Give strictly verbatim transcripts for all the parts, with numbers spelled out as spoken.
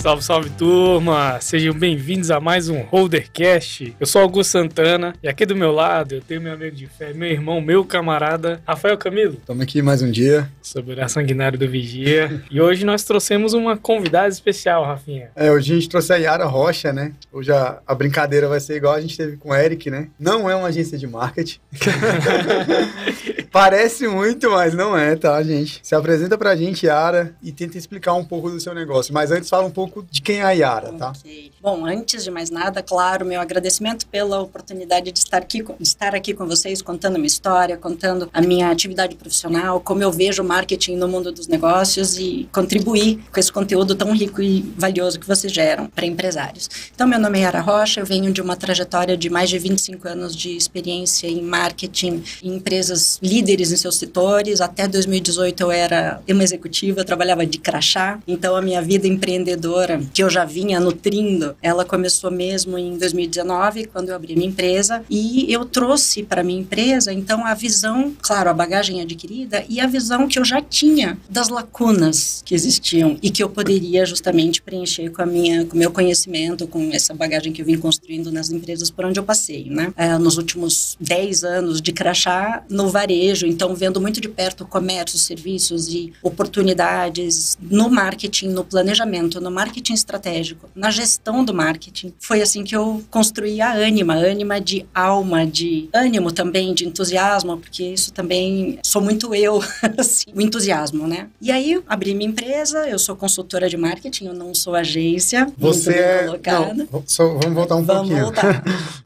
Salve, salve, turma! Sejam bem-vindos a mais um Holdercast. Eu sou Augusto Santana e aqui do meu lado eu tenho meu amigo de fé, meu irmão, meu camarada, Rafael Camilo. Estamos aqui mais um dia. Sobre a Sanguinário do Vigia. E hoje nós trouxemos uma convidada especial, Rafinha. É, hoje a gente trouxe a Yara Rocha, né? Hoje a, a brincadeira vai ser igual a gente teve com o Eric, né? Não é uma agência de marketing. Parece muito, mas não é, tá, gente? Se apresenta pra gente, Yara, e tenta explicar um pouco do seu negócio. Mas antes fala um pouco de quem é a Yara, tá? Okay. Bom, antes de mais nada, claro, meu agradecimento pela oportunidade de estar aqui, de estar aqui com vocês, contando a minha história, contando a minha atividade profissional, como eu vejo o marketing no mundo dos negócios e contribuir com esse conteúdo tão rico e valioso que vocês geram para empresários. Então, meu nome é Yara Rocha, eu venho de uma trajetória de mais de vinte e cinco anos de experiência em marketing, em empresas líderes em seus setores. Até dois mil e dezoito eu era uma executiva, eu trabalhava de crachá, então a minha vida empreendedora, que eu já vinha nutrindo, ela começou mesmo em dois mil e dezenove, quando eu abri minha empresa, e eu trouxe para minha empresa, então, a visão, claro, a bagagem adquirida e a visão que eu já tinha das lacunas que existiam e que eu poderia justamente preencher com a minha, com o meu conhecimento, com essa bagagem que eu vim construindo nas empresas por onde eu passei, né? É, nos últimos dez anos de crachá no varejo, então vendo muito de perto o comércio, serviços e oportunidades no marketing, no planejamento, no marketing estratégico, na gestão do marketing. Foi assim que eu construí a Ânima, Ânima de alma, de ânimo também, de entusiasmo, porque isso também sou muito eu, assim, o entusiasmo, né? E aí, abri minha empresa, eu sou consultora de marketing, eu não sou agência. Você é... Não, só, vamos voltar um vamos pouquinho. Voltar.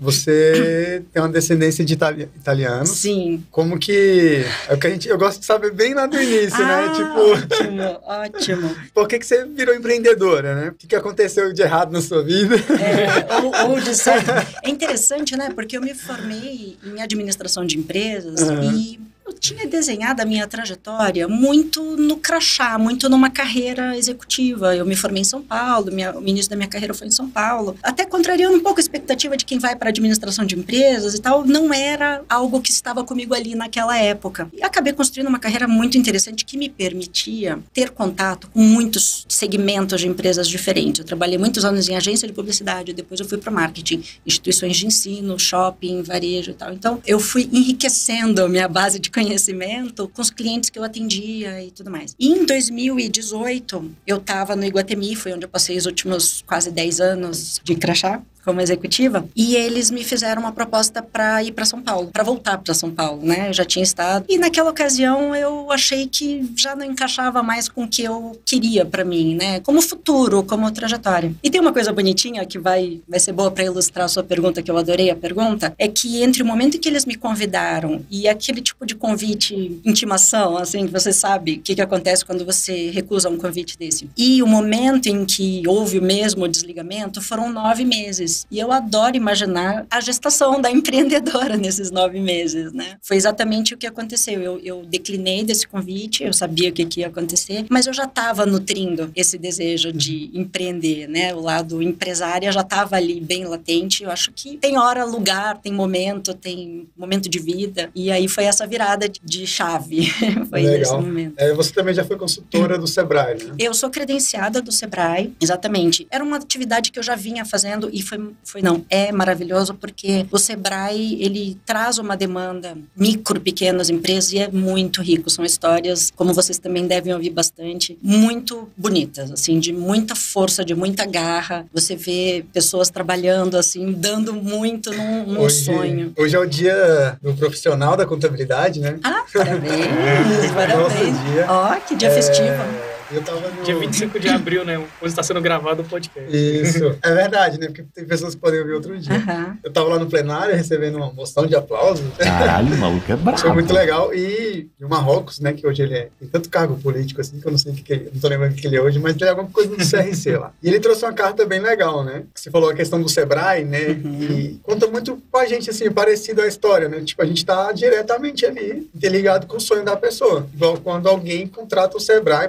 Você tem uma descendência de itali... italianos. Sim. Como que... É o que a gente... Eu gosto de saber bem lá do início, ah, né? Tipo... Ótimo, ótimo. Por que que você virou empreendedora, né? O que que aconteceu de errado na sua vida? É, ou, ou de certo. É interessante, né? Porque eu me formei em administração de empresas uhum. e eu tinha desenhado a minha trajetória muito no crachá, muito numa carreira executiva. Eu me formei em São Paulo, minha, o início da minha carreira foi em São Paulo. Até contrariando um pouco a expectativa de quem vai para administração de empresas e tal, não era algo que estava comigo ali naquela época. E acabei construindo uma carreira muito interessante que me permitia ter contato com muitos segmentos de empresas diferentes. Eu trabalhei muitos anos em agência de publicidade, depois eu fui para o marketing, instituições de ensino, shopping, varejo e tal. Então, eu fui enriquecendo a minha base de conhecimento com os clientes que eu atendia e tudo mais. E em dois mil e dezoito, eu estava no Iguatemi, foi onde eu passei os últimos quase dez anos de crachá como executiva, e eles me fizeram uma proposta para ir para São Paulo, para voltar para São Paulo, né? Eu já tinha estado. E naquela ocasião eu achei que já não encaixava mais com o que eu queria para mim, né? Como futuro, como trajetória. E tem uma coisa bonitinha que vai, vai ser boa para ilustrar a sua pergunta, que eu adorei a pergunta, é que entre o momento em que eles me convidaram e aquele tipo de convite, intimação, assim, que você sabe o que, que acontece quando você recusa um convite desse, e o momento em que houve o mesmo desligamento, foram nove meses. E eu adoro imaginar a gestação da empreendedora nesses nove meses, né? Foi exatamente o que aconteceu. Eu, eu declinei desse convite, eu sabia o que, que ia acontecer, mas eu já estava nutrindo esse desejo de empreender, né? O lado empresária já estava ali bem latente. Eu acho que tem hora, lugar, tem momento, tem momento de vida. E aí foi essa virada de, de chave. Foi Legal. Nesse momento. É, você também já foi consultora do Sebrae, né? Eu sou credenciada do Sebrae, exatamente. Era uma atividade que eu já vinha fazendo e foi Foi não, é maravilhoso porque o Sebrae, ele traz uma demanda micro, pequenas empresas e é muito rico, são histórias, como vocês também devem ouvir bastante, muito bonitas, assim, de muita força, de muita garra, você vê pessoas trabalhando, assim, dando muito num, num hoje, sonho. Hoje é o dia do profissional da contabilidade, né? Ah, parabéns, parabéns. Ó, oh, que dia é... festivo. Eu tava no... Dia vinte e cinco de abril, né? Onde está sendo gravado o podcast. Isso. É verdade, né? Porque tem pessoas que podem ouvir outro dia. Uhum. Eu tava lá no plenário recebendo uma moção de aplausos. Caralho, o maluco é brabo. Foi muito legal. E o Marrocos, né? Que hoje ele é... Tem tanto cargo político assim, que eu não sei o que, que ele... Não tô lembrando o que ele é hoje, mas tem alguma coisa do C R C lá. E ele trouxe uma carta bem legal, né? Você falou a questão do Sebrae, né? Uhum. E conta muito com a gente, assim, parecido a história, né? Tipo, a gente tá diretamente ali, interligado com o sonho da pessoa. Igual quando alguém contrata o Sebrae pra fazer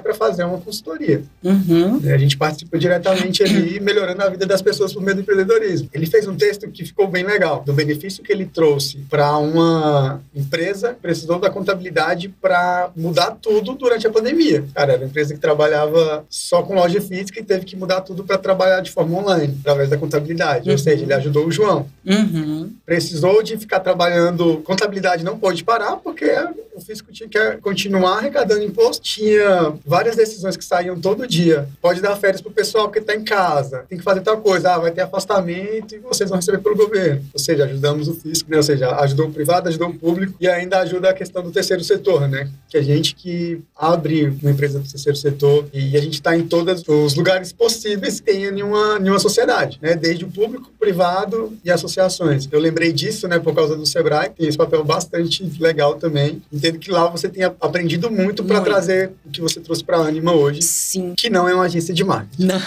uma consultoria. Uhum. A gente participa diretamente ali, melhorando a vida das pessoas por meio do empreendedorismo. Ele fez um texto que ficou bem legal, do benefício que ele trouxe para uma empresa que precisou da contabilidade para mudar tudo durante a pandemia. Cara, era uma empresa que trabalhava só com loja física e teve que mudar tudo para trabalhar de forma online, através da contabilidade. Uhum. Ou seja, ele ajudou o João. Uhum. Precisou de ficar trabalhando, contabilidade não pôde parar, porque o fisco tinha que continuar arrecadando imposto. Tinha várias decisões que saíam todo dia. Pode dar férias pro pessoal porque está em casa, tem que fazer tal coisa, ah, vai ter afastamento e vocês vão receber pelo governo. Ou seja, ajudamos o fisco, né? Ou seja, ajudou o privado, ajudou o público e ainda ajuda a questão do terceiro setor, né? Que a gente que abre uma empresa do terceiro setor e a gente está em todos os lugares possíveis que tenha em uma, em uma sociedade, né? Desde o público, privado e associações. Eu lembrei disso, né? Por causa do Sebrae, tem esse papel bastante legal também. Entendo que lá você tenha aprendido muito para trazer o que você trouxe para a Ânima hoje. Sim. Que não é uma agência de marketing. Não.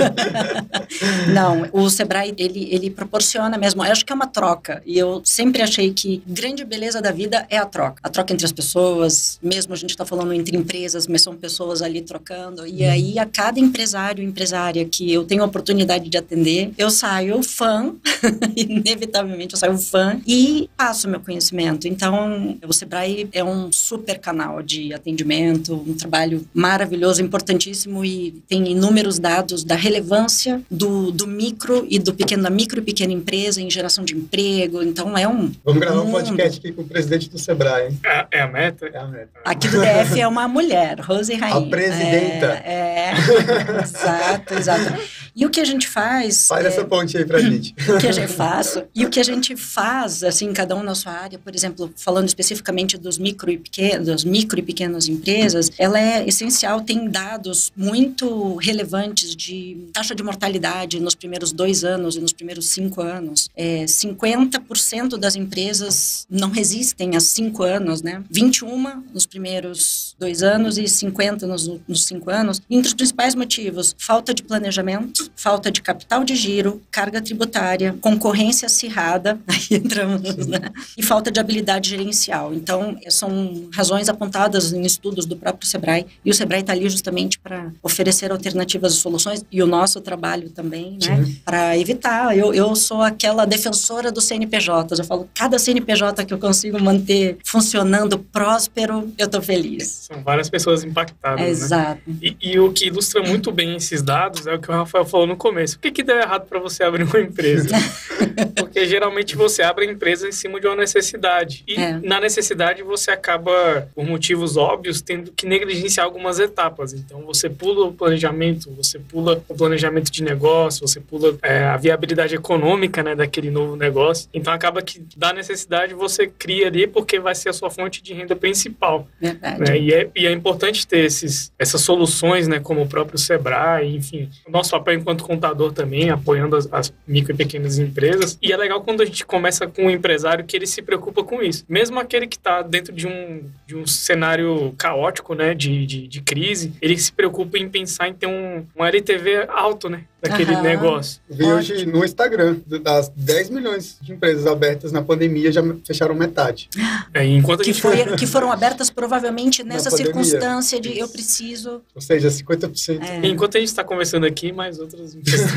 Não, o Sebrae, ele, ele proporciona mesmo, eu acho que é uma troca, e eu sempre achei que grande beleza da vida é a troca. A troca entre as pessoas, mesmo a gente está falando entre empresas, mas são pessoas ali trocando, e hum. aí a cada empresário, empresária que eu tenho a oportunidade de atender, eu saio fã, inevitavelmente eu saio fã, e passo meu conhecimento. Então, o Sebrae é um super canal de atendimento, um trabalho maravilhoso, importantíssimo, e tem inúmeros dados da relevância do, do micro e do pequeno, da micro e pequena empresa em geração de emprego. Então é um Vamos gravar um um podcast aqui com o presidente do Sebrae. É, é a meta? É a meta. Aqui do D F é uma mulher, Rose Rainha. A presidenta. É, é exato, exato. E o que a gente faz... Faz é, essa ponte aí pra gente. O que a gente faz, e o que a gente faz, assim, cada um na sua área, por exemplo, falando especificamente dos micro e pequenos, das micro e pequenas empresas, ela é essencial, tem dados muito relevantes de taxa de mortalidade nos primeiros dois anos e nos primeiros cinco anos. É, cinquenta por cento das empresas não resistem a cinco anos, né? vinte e um nos primeiros dois anos e cinquenta nos, nos cinco anos. E entre os principais motivos, falta de planejamento, falta de capital de giro, carga tributária, concorrência acirrada, aí entramos, né? E falta de habilidade gerencial. Então, são razões apontadas em estudos do próprio Sebrae, e o Sebrae está ali justamente para oferecer alternativas e soluções, e o nosso trabalho também, né? Para evitar. Eu, eu sou aquela defensora dos C N P Js. Eu falo, cada C N P J que eu consigo manter funcionando, próspero, eu tô feliz. São várias pessoas impactadas, é, né? Exato. E, e o que ilustra muito bem esses dados é o que o Rafael falou no começo. O que que deu errado para você abrir uma empresa? Porque geralmente você abre a empresa em cima de uma necessidade. E é. na necessidade você acaba, por motivos óbvios, tendo que negligenciar algumas etapas. Então você pula o planejamento, você pula o planejamento de negócio, você pula é, a viabilidade econômica, né, daquele novo negócio. Então acaba que da necessidade você cria ali porque vai ser a sua fonte de renda principal. Verdade. Né? E, é, e é importante ter esses, essas soluções, né, como o próprio Sebrae, enfim. O nosso papel enquanto contador também, apoiando as, as micro e pequenas empresas. E é legal quando a gente começa com um empresário que ele se preocupa com isso. Mesmo aquele que está dentro de um, de um cenário caótico, né, de, de, de crise, ele se preocupa em pensar em ter um, um L T V alto, né, daquele Aham. negócio. Vi hoje no Instagram, das dez milhões de empresas abertas na pandemia, já fecharam metade. É, enquanto a que, gente... foi, que foram abertas provavelmente nessa circunstância de eu preciso... Ou seja, cinquenta por cento. É. Enquanto a gente está conversando aqui, mais outras empresas...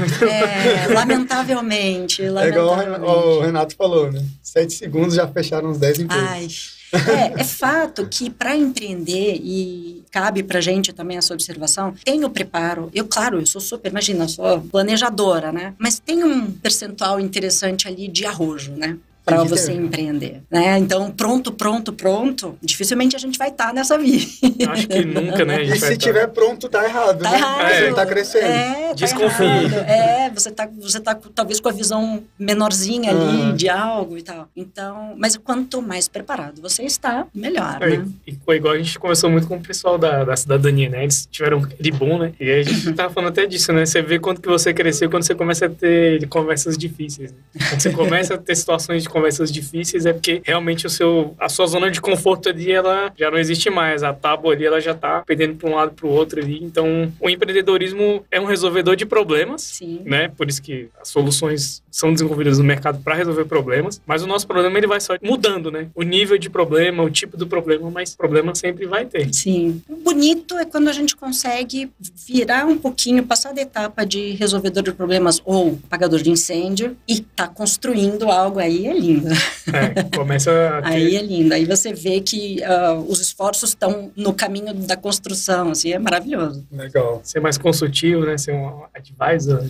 É, lamentavelmente, lamentavelmente. É igual o Renato falou, né? Sete segundos já fecharam uns dez empresas. Ai... É, é fato que para empreender, e cabe pra gente também essa observação, tem o preparo. Eu, claro, eu sou super, imagina, eu sou planejadora, né? Mas tem um percentual interessante ali de arrojo, né? Para você empreender, né? Então, pronto, pronto, pronto, dificilmente a gente vai estar tá nessa vida. Acho que nunca, né? A gente e vai se tiver tá... pronto, tá errado, tá né? errado. Você não tá crescendo. É, Desconfie. Tá é, você tá, você tá talvez com a visão menorzinha ali uhum. de algo e tal. Então, mas quanto mais preparado você está, melhor, é, né? E foi igual a gente conversou muito com o pessoal da, da cidadania, né? Eles tiveram de bom, né? E a gente tava falando até disso, né? Você vê quanto que você cresceu quando você começa a ter conversas difíceis, né? Quando você começa a ter situações de conversas difíceis, é porque realmente o seu, a sua zona de conforto ali, ela já não existe mais. A tábua ali, ela já tá pendendo para um lado para o outro ali. Então, o empreendedorismo é um resolvedor de problemas, Sim. né? Por isso que as soluções são desenvolvidas no mercado para resolver problemas. Mas o nosso problema, ele vai só mudando, né? O nível de problema, o tipo do problema, mas problema sempre vai ter. Sim. O bonito é quando a gente consegue virar um pouquinho, passar da etapa de resolvedor de problemas ou apagador de incêndio e tá construindo algo, aí é lindo. É, começa a ter... Aí é lindo. Aí você vê que uh, os esforços estão no caminho da construção, assim, é maravilhoso. Legal. Ser mais consultivo, né? Ser um advisor.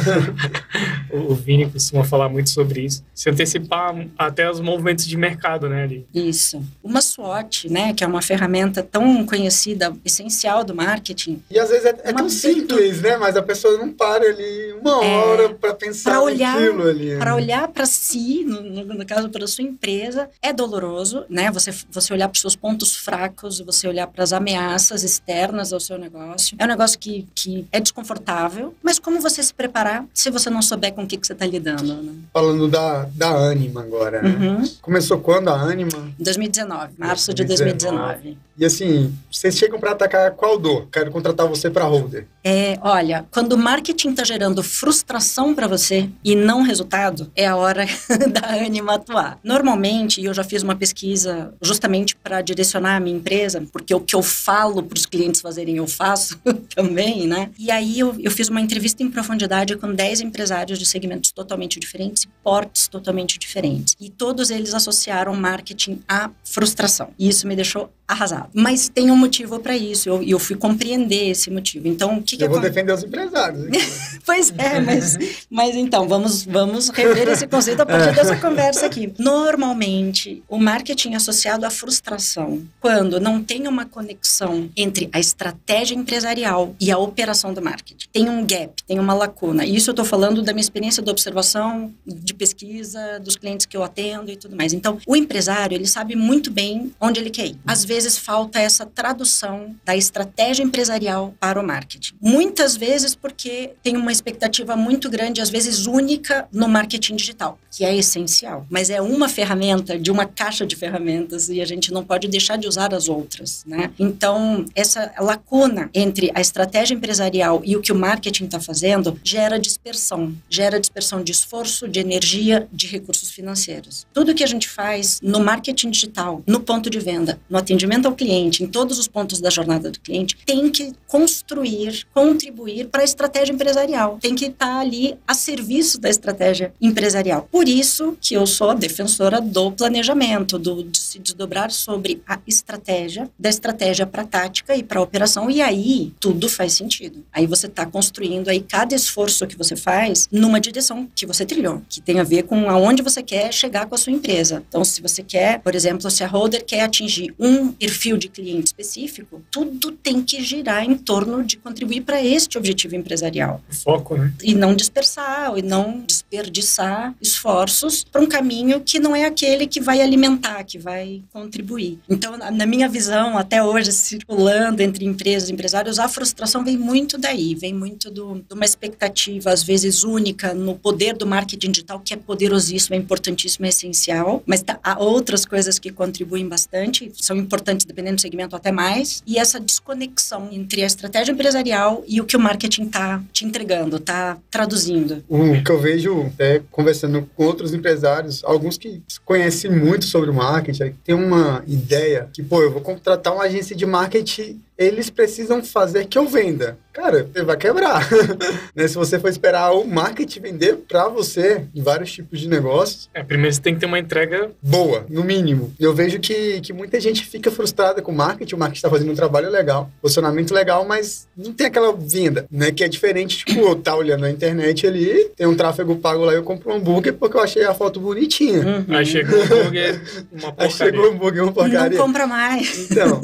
O Vini costuma falar muito sobre isso. Se antecipar até os movimentos de mercado, né? Ali. Isso. Uma SWOT, né? Que é uma ferramenta tão conhecida, essencial do marketing. E às vezes é, é tão simples, né? Mas a pessoa não para ali uma é, hora para pensar pra olhar, naquilo ali. Para olhar para si, no, no, no caso, para a sua empresa, é doloroso, né? Você, você olhar para os seus pontos fracos, você olhar para as ameaças externas ao seu negócio. É um negócio que, que é desconfortável, mas como você se preparar se você não souber com o que, que você está lidando, né? Falando da, da Anima agora, né? Uhum. Começou quando a Anima? Em dois mil e dezenove, março de dois mil e dezenove. E assim, vocês chegam para atacar qual dor? Quero contratar você para holder. É, olha, quando o marketing está gerando frustração para você e não resultado, é a hora da Anima atuar. Normalmente, e eu já fiz uma pesquisa justamente para direcionar a minha empresa, porque o que eu falo para os clientes fazerem, eu faço também, né? E aí eu, eu fiz uma entrevista em profundidade com dez empresários de segmentos totalmente diferentes e portes totalmente diferentes. E todos eles associaram marketing à frustração. E isso me deixou arrasado. Mas tem um motivo para isso, e eu, eu fui compreender esse motivo. Então, o que que eu vou acontece? defender os empresários. Pois é, mas, mas então, vamos, vamos rever esse conceito a partir dessa conversa aqui. Normalmente, o marketing associado à frustração, quando não tem uma conexão entre a estratégia empresarial e a operação do marketing. Tem um gap, tem uma lacuna. E isso eu estou falando da minha experiência de observação, de pesquisa, dos clientes que eu atendo e tudo mais. Então, o empresário, ele sabe muito bem onde ele quer ir. Às vezes, falta essa tradução da estratégia empresarial para o marketing. Muitas vezes porque tem uma expectativa muito grande, às vezes única, no marketing digital, que é essencial. Mas é uma ferramenta de uma caixa de ferramentas e a gente não pode deixar de usar as outras, né? Então, essa lacuna entre a estratégia empresarial e o que o marketing está fazendo gera dispersão. Gera dispersão de esforço, de energia, de recursos financeiros. Tudo que a gente faz no marketing digital, no ponto de venda, no atendimento ao cliente, em todos os pontos da jornada do cliente, tem que construir, contribuir para a estratégia empresarial. Tem que estar ali a serviço da estratégia empresarial. Por isso que eu sou defensora do planejamento, do, de se desdobrar sobre a estratégia, da estratégia para a tática e para a operação, e aí tudo faz sentido. Aí você está construindo aí cada esforço que você faz numa direção que você trilhou, que tem a ver com aonde você quer chegar com a sua empresa. Então, se você quer, por exemplo, se a holder quer atingir um perfil de cliente específico, tudo tem que girar em torno de contribuir para este objetivo empresarial. Foco, né? E não dispersar, e não desperdiçar esforços para um caminho que não é aquele que vai alimentar, que vai contribuir. Então, na minha visão, até hoje, circulando entre empresas e empresários, a frustração vem muito daí, vem muito do, de uma expectativa, às vezes única, no poder do marketing digital, que é poderosíssimo, é importantíssimo, é essencial, mas tá, há outras coisas que contribuem bastante, são importantes dependendo do segmento até mais, e essa desconexão entre a estratégia empresarial e o que o marketing está te entregando, está traduzindo. O que eu vejo, até conversando com outros empresários, alguns que conhecem muito sobre o marketing, tem uma ideia que, pô, eu vou contratar uma agência de marketing, eles precisam fazer que eu venda. Cara, você vai quebrar. Né? Se você for esperar o marketing vender para você em vários tipos de negócios... É, primeiro você tem que ter uma entrega... boa, no mínimo. Eu vejo que, que muita gente fica frustrada com o marketing. O marketing está fazendo um trabalho legal, posicionamento legal, mas não tem aquela venda, né? Que é diferente, tipo, eu tá olhando na internet ali, tem um tráfego pago lá, eu compro um hambúrguer porque eu achei a foto bonitinha. Uhum. Aí chegou o hambúrguer, uma porcaria. Aí chegou o hambúrguer, uma porcaria. Não compra mais. Então,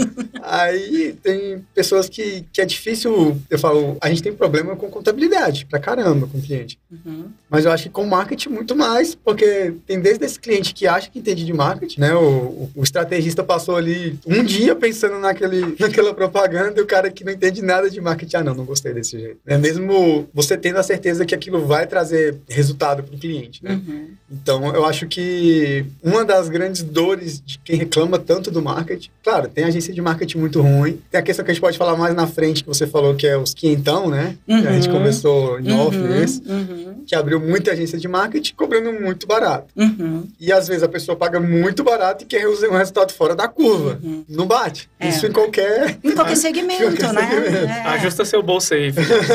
aí tem pessoas que, que é difícil... Eu falo, a gente tem problema com contabilidade, pra caramba, com o cliente. Uhum. Mas eu acho que com marketing muito mais, porque tem desde esse cliente que acha que entende de marketing, né? O, o, o estrategista passou ali perde um dia pensando naquele, naquela propaganda e o cara que não entende nada de marketing, ah, não, não gostei desse jeito. É mesmo você tendo a certeza que aquilo vai trazer resultado para o cliente, né? Uhum. Então, eu acho que uma das grandes dores de quem reclama tanto do marketing, claro, tem agência de marketing muito ruim, tem a questão que a gente pode falar mais na frente, que você falou que é os quinhentão, né? Uhum. Que a gente conversou em off, uhum. esse, uhum. que abriu muita agência de marketing cobrando muito barato. Uhum. E às vezes a pessoa paga muito barato e quer um resultado fora da curva. Uhum. Não bate. É. Isso em qualquer... Em qualquer segmento, qualquer né? Segmento. É. Ajusta seu bolso aí.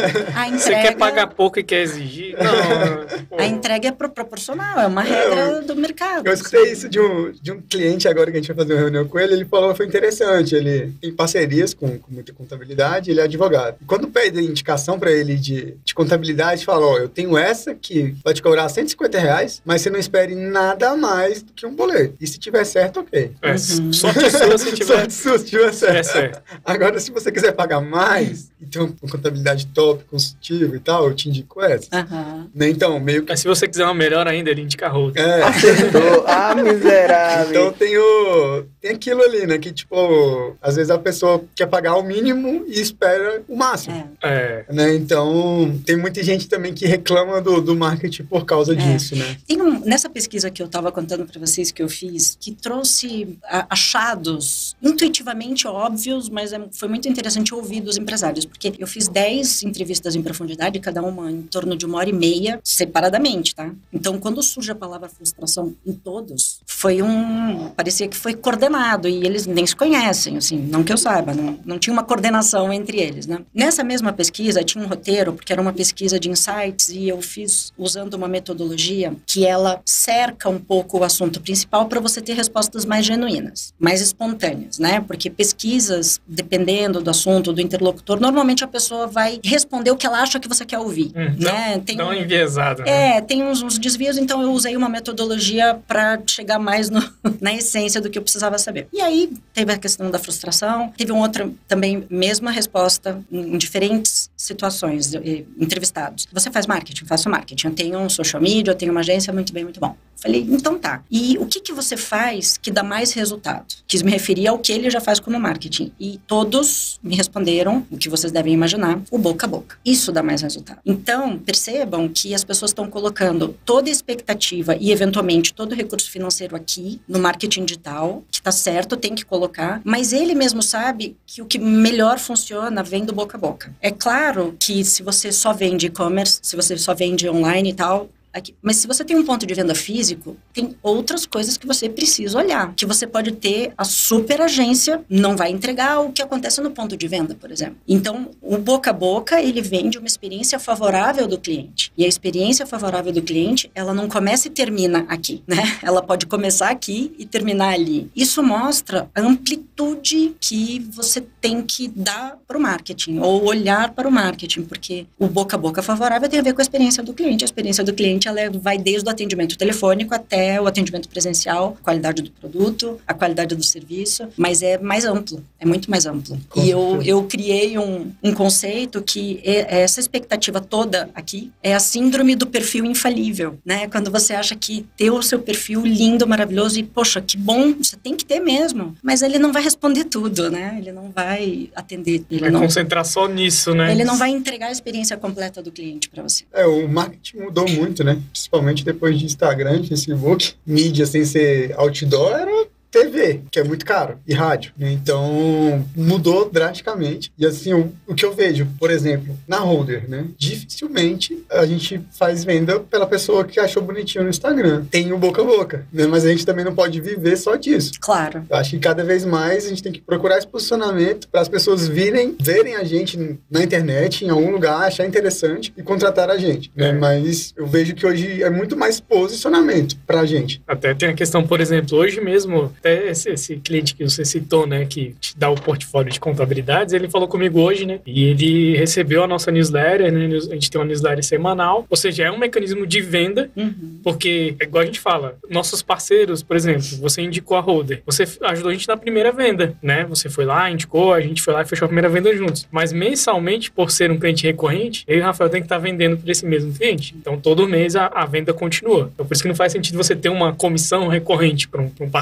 A entrega... Você quer pagar pouco e quer exigir? Não. A entrega é proporcional, é uma regra é, do mercado. Eu escutei isso de um, de um cliente agora que a gente vai fazer uma reunião com ele, ele falou que foi interessante, ele tem parcerias com, com muita contabilidade, ele é advogado. E quando pede a indicação para ele de, de contabilidade, fala, ó, eu tenho essa que vai te cobrar cento e cinquenta reais, mas você não espere nada mais do que um boleto. E se tiver certo, ok. É, uhum. Sorte sua se tiver, sorte sua se tiver certo. É certo. Agora, se você quiser pagar mais e ter uma contabilidade top, consultiva e tal, eu te indico essa. Uhum. Né? Então, meio que... Mas se você quiser uma melhor ainda, ele indica a outra. É. Acertou. Ah, miserável. Então tem, o, tem aquilo ali, né? Que, tipo, às vezes a pessoa quer pagar o mínimo e espera o máximo. É. É. Né? Então, tem muita gente também que reclama do, do marketing por causa é. disso, né? Tem um, nessa pesquisa que eu estava contando para vocês que eu fiz, que trouxe a, achados intuitivamente óbvios, mas é, foi muito interessante ouvir dos empresários, porque eu fiz dez entrevistas em profundidade, cada uma em torno de uma hora e meia, separadamente, tá? Então, quando surge a palavra frustração em todos, foi um... parecia que foi coordenado, e eles nem se conhecem, assim, não que eu saiba, não, não tinha uma coordenação entre eles, né? Nessa mesma pesquisa, tinha um roteiro, porque era uma pesquisa de insights, e eu fiz usando uma metodologia que ela cerca um pouco o assunto principal para você ter respostas mais genuínas, mais espontâneas, né? Porque pesquisas, dependendo do assunto, do interlocutor, normalmente a pessoa vai responder o que ela acha que você quer ouvir, hum, né? Não, tem não um, enviesado, né? É, tem uns, uns desvios, então eu usei uma metodologia para chegar mais no, na essência do que eu precisava saber. E aí, teve a questão da frustração, teve um outro, também, mesma resposta em, em diferentes situações, de, entrevistados. Você faz marketing? Faço marketing. Eu tenho um social media, eu tenho uma agência, muito bem, muito bom. Falei, então tá. E o que que você faz que dá mais resultado? Quis me referir ao que ele já faz como marketing. E todos me responderam, o que vocês devem imaginar, o boca a boca. Isso dá mais resultado. Então, percebam que as pessoas estão colocando toda a expectativa e, eventualmente, todo o recurso financeiro aqui, no marketing digital, que tá certo, tem que colocar, mas ele mesmo sabe que o que melhor funciona vem do boca a boca. É claro que se você só vende e-commerce, se você só vende online e tal, aqui. Mas se você tem um ponto de venda físico, tem outras coisas que você precisa olhar. Que você pode ter a super agência, não vai entregar o que acontece no ponto de venda, por exemplo. Então, o boca a boca, ele vende uma experiência favorável do cliente. E a experiência favorável do cliente, ela não começa e termina aqui, né? Ela pode começar aqui e terminar ali. Isso mostra a amplitude que você tem que dar para o marketing, ou olhar para o marketing, porque o boca a boca favorável tem a ver com a experiência do cliente. A experiência do cliente, ela vai desde o atendimento telefônico até o atendimento presencial, a qualidade do produto, a qualidade do serviço, mas é mais amplo, é muito mais amplo. Com e eu, eu criei um, um conceito que é, essa expectativa toda aqui é a síndrome do perfil infalível, né? Quando você acha que ter o seu perfil lindo, maravilhoso e, poxa, que bom, você tem que ter mesmo, mas ele não vai responder tudo, né? Ele não vai atender. Ele vai não, concentrar só nisso, né? Ele não vai entregar a experiência completa do cliente para você. É, o marketing mudou muito, né? Principalmente depois de Instagram, Facebook, mídia sem ser outdoor, era T V, que é muito caro, e rádio. Então, mudou drasticamente. E assim, o, o que eu vejo, por exemplo, na Holder, né? Dificilmente a gente faz venda pela pessoa que achou bonitinho no Instagram. Tem o boca a boca, né? Mas a gente também não pode viver só disso. Claro. Eu acho que cada vez mais a gente tem que procurar esse posicionamento para as pessoas virem, verem a gente na internet, em algum lugar, achar interessante e contratar a gente, né? É. Mas eu vejo que hoje é muito mais posicionamento pra gente. Até tem a questão, por exemplo, hoje mesmo, até esse, esse cliente que você citou, né, que te dá o portfólio de contabilidades, ele falou comigo hoje, né, e ele recebeu a nossa newsletter, né, a gente tem uma newsletter semanal, ou seja, é um mecanismo de venda, uhum. porque, é igual a gente fala, nossos parceiros, por exemplo, você indicou a Holder, você ajudou a gente na primeira venda, né, você foi lá, indicou, a gente foi lá e fechou a primeira venda juntos, mas mensalmente, por ser um cliente recorrente, eu e o Rafael tem que estar vendendo para esse mesmo cliente, então todo mês a, a venda continua, então por isso que não faz sentido você ter uma comissão recorrente para um, um parceiro, não,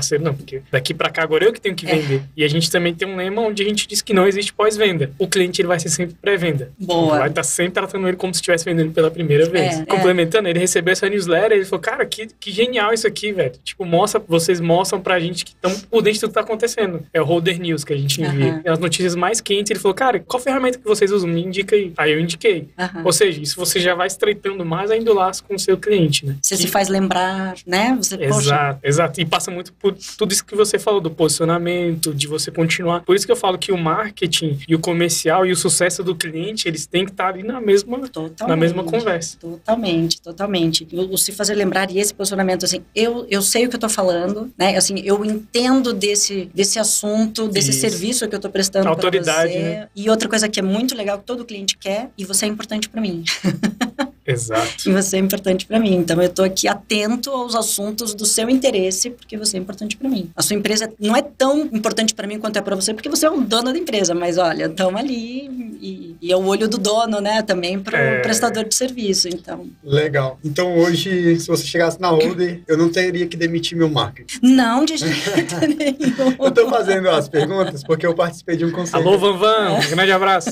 que daqui pra cá agora eu que tenho que vender. É. E a gente também tem um lema onde a gente diz que não existe pós-venda. O cliente ele vai ser sempre pré-venda. Boa. Vai estar sempre tratando ele como se estivesse vendendo pela primeira vez. É, Complementando, é. ele recebeu essa newsletter, ele falou, cara, que, que genial isso aqui, velho. Tipo, mostra, vocês mostram pra gente que estão por dentro de tudo que tá acontecendo. É o Holder News que a gente envia. Uhum. As notícias mais quentes, ele falou, cara, qual ferramenta que vocês usam? Me indica aí. Aí eu indiquei. Uhum. Ou seja, isso você já vai estreitando mais ainda o laço com o seu cliente, né? Você e... se faz lembrar, né? Você, exato, poxa... exato. E passa muito por tudo isso que você falou, do posicionamento, de você continuar. Por isso que eu falo que o marketing e o comercial e o sucesso do cliente, eles têm que estar ali na mesma, na mesma conversa. Totalmente, totalmente. O, o se fazer lembrar e esse posicionamento, assim, eu, eu sei o que eu tô falando, né? Assim, eu entendo desse, desse assunto, desse isso. serviço que eu tô prestando para você. Autoridade, né? E outra coisa que é muito legal, que todo cliente quer, e você é importante para mim. Exato. E você é importante para mim. Então, eu tô aqui atento aos assuntos do seu interesse, porque você é importante para mim. A sua empresa não é tão importante para mim quanto é para você, porque você é o dono da empresa. Mas, olha, estamos ali e, e é o olho do dono, né? Também para o é... prestador de serviço, então. Legal. Então, hoje, se você chegasse na Holder, eu não teria que demitir meu marketing. Não, de jeito nenhum. Eu tô fazendo as perguntas porque eu participei de um conselho. Alô, Van Van, um grande abraço.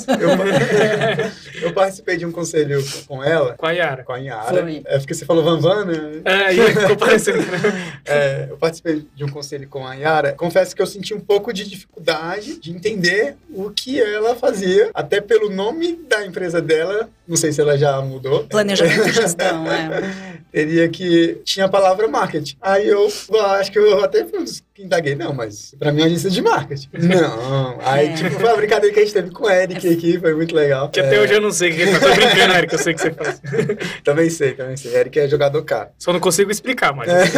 Eu, eu participei de um conselho com ela. Com a Yara. Com a Yara. Foi. É porque você falou Van Van, né? É, e aí ficou parecendo. É, eu participei de um conselho com a Yara. Confesso que eu senti um pouco de dificuldade de entender o que ela fazia, até pelo nome da empresa dela. Não sei se ela já mudou. Planejamento e gestão, é. Teria que... Tinha a palavra marketing. Aí eu acho que eu até indaguei. Não, mas pra mim é agência de marketing. Não. Aí, é. tipo, foi uma brincadeira que a gente teve com o Eric aqui. Foi muito legal. Que até é. hoje eu não sei o que ele tá brincando, Eric. Eu sei que você faz. Também sei, também sei. Eric é jogador caro. Só não consigo explicar, mas... É.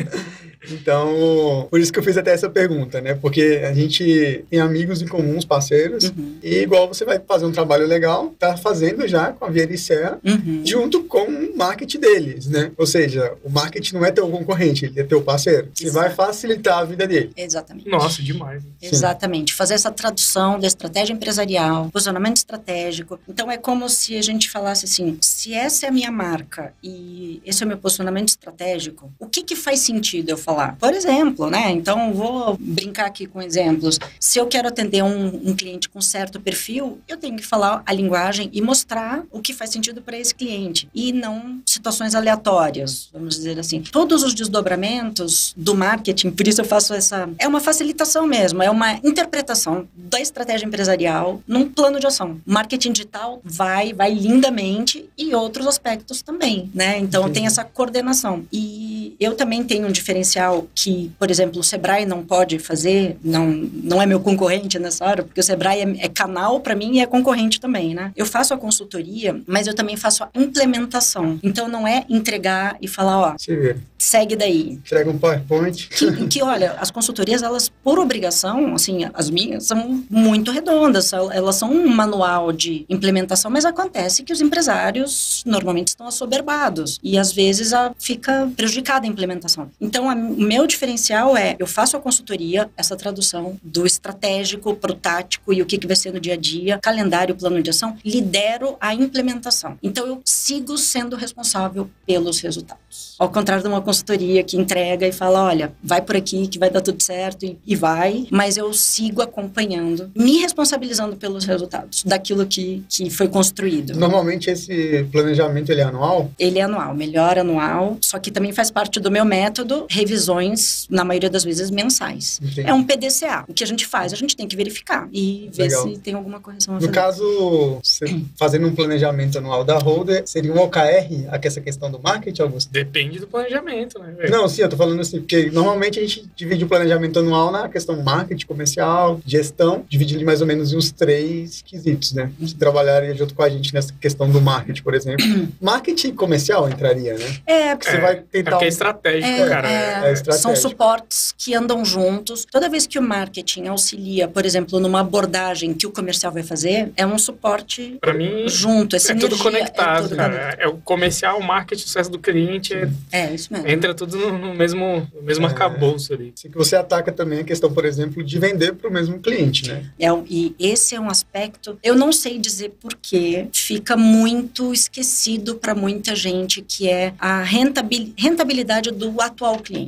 Então, por isso que eu fiz até essa pergunta, né? Porque a gente tem amigos em comuns, parceiros, uhum. e igual você vai fazer um trabalho legal, tá fazendo já com a Vieira e Serra, uhum. junto com o marketing deles, né? Ou seja, o marketing não é teu concorrente, ele é teu parceiro. Você vai facilitar a vida dele. Exatamente. Nossa, demais. Exatamente. Fazer essa tradução da estratégia empresarial, posicionamento estratégico. Então, é como se a gente falasse assim, se essa é a minha marca e esse é o meu posicionamento estratégico, o que que faz sentido eu falar? Por exemplo, né? Então, vou brincar aqui com exemplos. Se eu quero atender um, um cliente com certo perfil, eu tenho que falar a linguagem e mostrar o que faz sentido para esse cliente. E não situações aleatórias, vamos dizer assim. Todos os desdobramentos do marketing, por isso eu faço essa... É uma facilitação mesmo, é uma interpretação da estratégia empresarial num plano de ação. Marketing digital vai, vai lindamente e outros aspectos também, né? Então, Sim. tem essa coordenação. E eu também tenho um diferencial que, por exemplo, o Sebrae não pode fazer, não, não é meu concorrente nessa hora, porque o Sebrae é, é canal para mim e é concorrente também, né? Eu faço a consultoria, mas eu também faço a implementação. Então, não é entregar e falar, ó, segue daí. Entrega um PowerPoint. Que, que, olha, as consultorias, elas, por obrigação, assim, as minhas, são muito redondas, elas são um manual de implementação, mas acontece que os empresários normalmente estão assoberbados e, às vezes, a, fica prejudicada a implementação. Então, a O meu diferencial é, eu faço a consultoria, essa tradução do estratégico para o tático e o que, que vai ser no dia a dia, calendário, plano de ação, lidero a implementação. Então, eu sigo sendo responsável pelos resultados. Ao contrário de uma consultoria que entrega e fala, olha, vai por aqui que vai dar tudo certo e, e vai, mas eu sigo acompanhando, me responsabilizando pelos resultados daquilo que, que foi construído. Normalmente, esse planejamento, ele é anual? Ele é anual, melhor anual, só que também faz parte do meu método, revisões, na maioria das vezes, mensais. Entendi. É um P D C A. O que a gente faz, a gente tem que verificar e ver Legal. Se tem alguma correção a fazer. No caso, você fazendo um planejamento anual da Holder, seria um O K R, aqui essa questão do marketing, Augusto? Depende do planejamento, né? Véio? Não, sim, eu tô falando assim, porque normalmente a gente divide o planejamento anual na questão marketing, comercial, gestão, dividindo mais ou menos em uns três quesitos, né? Você trabalharia junto com a gente nessa questão do marketing, por exemplo. Marketing comercial entraria, né? É, porque você é, vai tentar... Porque é estratégico, é, cara. É, é são suportes que andam juntos. Toda vez que o marketing auxilia, por exemplo, numa abordagem que o comercial vai fazer, é um suporte pra mim, junto. É, é tudo conectado, é, tudo cara. É o comercial, o marketing, o sucesso do cliente. É, é isso mesmo. Entra tudo no, no mesmo, no mesmo é, arcabouço ali. Assim que você ataca também a questão, por exemplo, de vender para o mesmo cliente, né? É, e esse é um aspecto, eu não sei dizer porquê, fica muito esquecido para muita gente, que é a rentabilidade do atual cliente.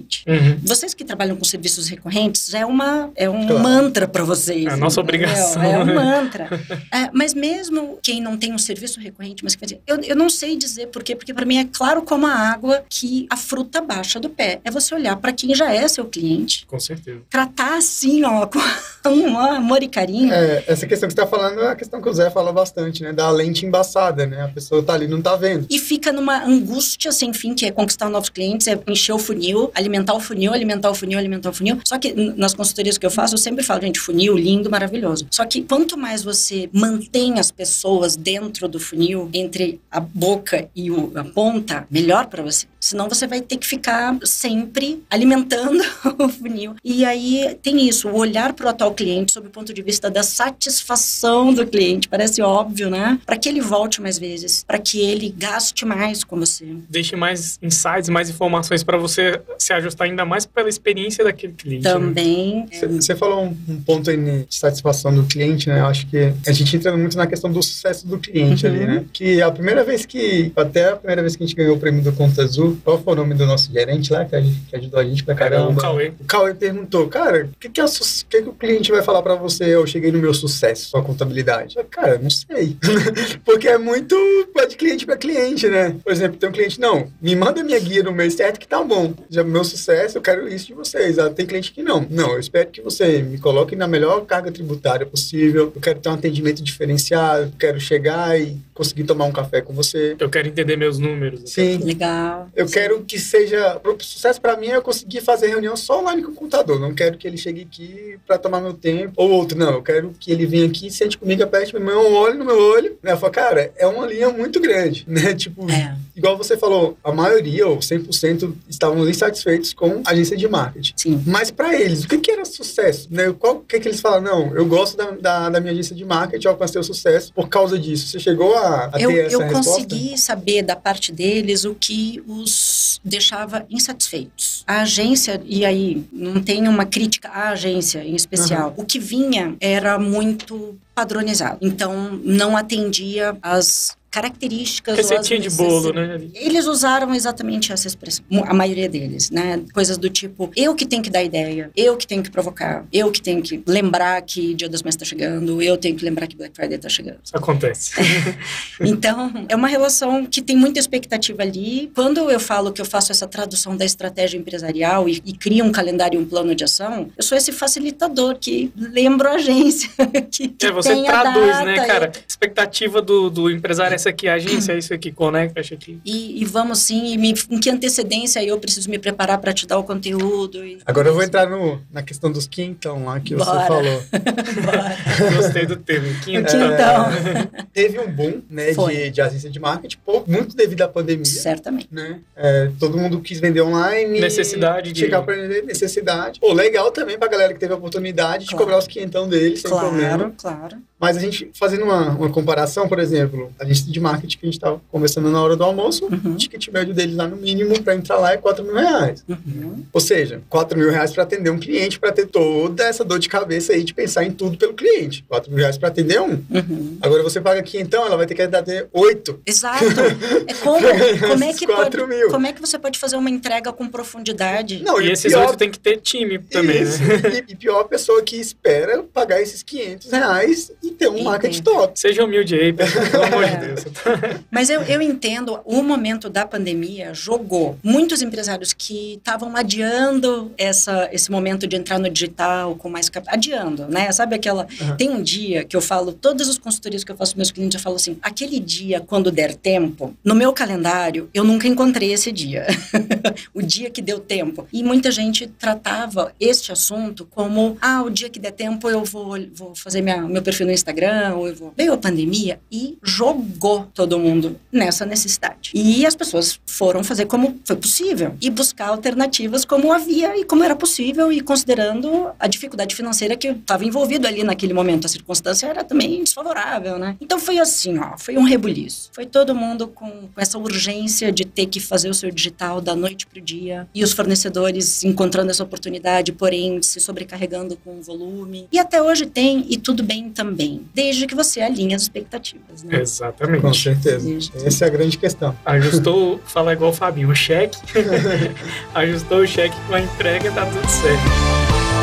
recorrente. Uhum. Vocês que trabalham com serviços recorrentes, é, uma, é um claro. mantra para vocês. É a nossa entendeu? obrigação. É um mantra. É, mas mesmo quem não tem um serviço recorrente, mas que vai dizer, eu, eu não sei dizer por quê, porque para mim é claro como a água que a fruta baixa do pé. É você olhar para quem já é seu cliente. Com certeza. Tratar assim, ó, com um amor e carinho. É, essa questão que você está falando é a questão que o Zé fala bastante, né? Da lente embaçada, né? A pessoa tá ali e não tá vendo. E fica numa angústia sem fim, que é conquistar novos clientes, é encher o funil, alimentar o funil, alimentar o funil, alimentar o funil. Só que nas consultorias que eu faço, eu sempre falo, gente, funil lindo, maravilhoso. Só que quanto mais você mantém as pessoas dentro do funil, entre a boca e o, a ponta, melhor para você. Senão você vai ter que ficar sempre alimentando o funil. E aí tem isso, o olhar para o atual cliente sob o ponto de vista da satisfação do cliente. Parece óbvio, né? Para que ele volte mais vezes, para que ele gaste mais com você. Deixe mais insights, mais informações para você se ajustar ainda mais pela experiência daquele cliente. Também. Você é... falou um, um ponto aí de satisfação do cliente, né? Eu acho que a gente entra muito na questão do sucesso do cliente uhum. ali, né? Que a primeira vez que, até a primeira vez que a gente ganhou o prêmio do Conta Azul, qual foi o nome do nosso gerente lá, que, a gente, que ajudou a gente pra caramba? O Cauê. O Cauê perguntou, cara, o que, que, é o, que, que o cliente vai falar pra você? Eu cheguei no meu sucesso, sua contabilidade. Eu, cara, não sei. Porque é muito de cliente pra cliente, né? Por exemplo, tem um cliente, não, me manda minha guia no mês certo que tá bom. Já meu sucesso, eu quero isso de vocês. Ah, tem cliente que não. Não, eu espero que você me coloque na melhor carga tributária possível. Eu quero ter um atendimento diferenciado. Eu quero chegar e conseguir tomar um café com você. Eu quero entender meus números. Sim. Legal. Eu Sim. quero que seja... O sucesso pra mim é eu conseguir fazer reunião só online com o contador. Não quero que ele chegue aqui pra tomar meu tempo. Ou outro, não. Eu quero que ele venha aqui, sente comigo, aperte meu mão, olhe no meu olho. Né? Eu falo, cara, é uma linha muito grande, né? Tipo, é. igual você falou, a maioria, ou cem por cento, estavam insatisfeitos com a agência de marketing. Sim. Mas pra eles, o que que era sucesso? Né? Qual, o que que eles falam? Não, eu gosto da, da, da minha agência de marketing, eu alcancei o sucesso por causa disso. Você chegou a, a eu, ter essa eu resposta? Eu consegui saber da parte deles o que os deixava insatisfeitos. A agência, e aí não tem uma crítica à agência em especial, uhum. o que vinha era muito padronizado. Então, não atendia as características. Receitinha de bolo, né? Eles usaram exatamente essa expressão, a maioria deles, né? Coisas do tipo, eu que tenho que dar ideia, eu que tenho que provocar, eu que tenho que lembrar que Dia das Mães tá chegando, eu tenho que lembrar que Black Friday tá chegando. Isso acontece. Então, é uma relação que tem muita expectativa ali. Quando eu falo que eu faço essa tradução da estratégia empresarial e, e crio um calendário e um plano de ação, eu sou esse facilitador que lembro a agência. que, que é, você traduz, data, né, cara? Eu... Expectativa do, do empresário, essa aqui, a agência, é isso aqui, conecta, acho que... E, e vamos sim, e me, em que antecedência eu preciso me preparar para te dar o conteúdo. E... Agora eu vou entrar no, na questão dos quintão lá que Bora. Você falou. Bora. Gostei do termo, quintão. quintão. É, teve um boom, né, de, de agência de marketing, pouco, muito devido à pandemia. Certamente. Né? É, todo mundo quis vender online. Necessidade de... Chegar para vender, necessidade. Pô, legal também pra galera que teve a oportunidade claro. De cobrar os quintão deles, sem claro, problema. Claro, claro. Mas a gente, fazendo uma, uma comparação, por exemplo, a agência de marketing que a gente estava conversando na hora do almoço, uhum. o ticket médio deles lá no mínimo para entrar lá é quatro mil reais. Uhum. Ou seja, quatro mil reais para atender um cliente, para ter toda essa dor de cabeça aí de pensar em tudo pelo cliente. quatro mil reais para atender um. Uhum. Agora você paga aqui, então, ela vai ter que atender oito. Exato. É como, como, é que pode, mil. como é que você pode fazer uma entrega com profundidade? Não, e, e esses oito tem que ter time também, isso, né? E, e pior a pessoa que espera pagar esses quinhentos reais e ter um Entendi. Marketing top. Seja humilde aí, pelo amor de Deus. Mas eu, eu entendo, o momento da pandemia jogou muitos empresários que estavam adiando essa, esse momento de entrar no digital com mais... Cap... Adiando, né? Sabe aquela... Uhum. Tem um dia que eu falo, todas as consultorias que eu faço com meus clientes, eu falo assim, aquele dia, quando der tempo, no meu calendário, eu nunca encontrei esse dia. O dia que deu tempo. E muita gente tratava este assunto como, ah, o dia que der tempo eu vou, vou fazer minha, meu perfil no Instagram, ou eu vou... Veio a pandemia e jogou todo mundo nessa necessidade. E as pessoas foram fazer como foi possível e buscar alternativas como havia e como era possível e considerando a dificuldade financeira que estava envolvido ali naquele momento. A circunstância era também desfavorável, né? Então foi assim, ó, foi um rebuliço. Foi todo mundo com, com essa urgência de ter que fazer o seu digital da noite pro dia e os fornecedores encontrando essa oportunidade, porém se sobrecarregando com o volume. E até hoje tem, e tudo bem também. bem, desde que você alinhe as expectativas, né? Exatamente. Com certeza. Desde Essa é a grande questão. Ajustou, fala igual o Fabinho, o cheque, ajustou o cheque com a entrega, tá tudo certo.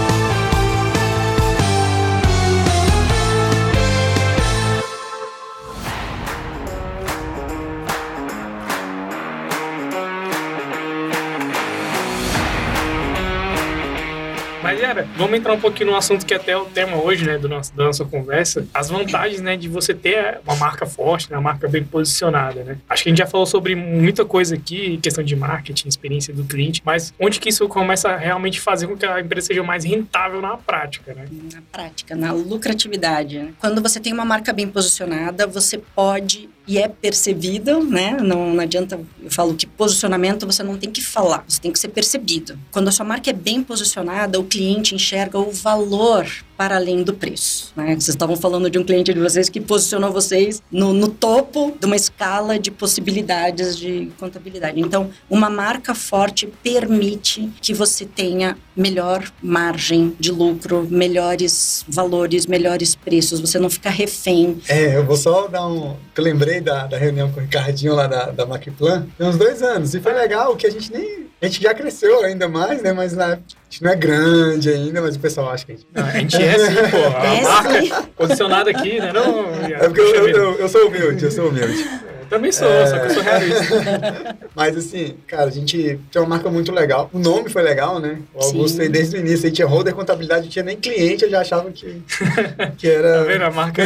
Mas, Yara, vamos entrar um pouquinho no assunto que até é o tema hoje, né, do nosso, da nossa conversa. As vantagens, né, de você ter uma marca forte, né, uma marca bem posicionada, né? Acho que a gente já falou sobre muita coisa aqui, questão de marketing, experiência do cliente, mas onde que isso começa a realmente fazer com que a empresa seja mais rentável na prática, né? Na prática, na lucratividade, né? Quando você tem uma marca bem posicionada, você pode... e é percebido, né? Não, não adianta, eu falo que posicionamento você não tem que falar, você tem que ser percebido. Quando a sua marca é bem posicionada, o cliente enxerga o valor para além do preço, né? Vocês estavam falando de um cliente de vocês que posicionou vocês no, no topo de uma escala de possibilidades de contabilidade. Então, uma marca forte permite que você tenha melhor margem de lucro, melhores valores, melhores preços, você não fica refém. É, eu vou só dar um... Eu lembrei da, da reunião com o Ricardinho lá da, da Macplan, tem uns dois anos, e foi legal que a gente nem... A gente já cresceu ainda mais, né? Mas na, a gente não é grande ainda, mas o pessoal acha que a gente... Não, a gente é sim, pô. A é marca sim. posicionada aqui, né? Não, é porque eu, eu, eu, eu sou humilde, eu sou humilde. Eu também sou, é... só que eu sou realista. Mas assim, cara, a gente tem uma marca muito legal. O nome foi legal, né? O Augusto aí desde o início, aí tinha holder contabilidade, não tinha nem cliente, eu já achava que, que era... Tá vendo? A marca...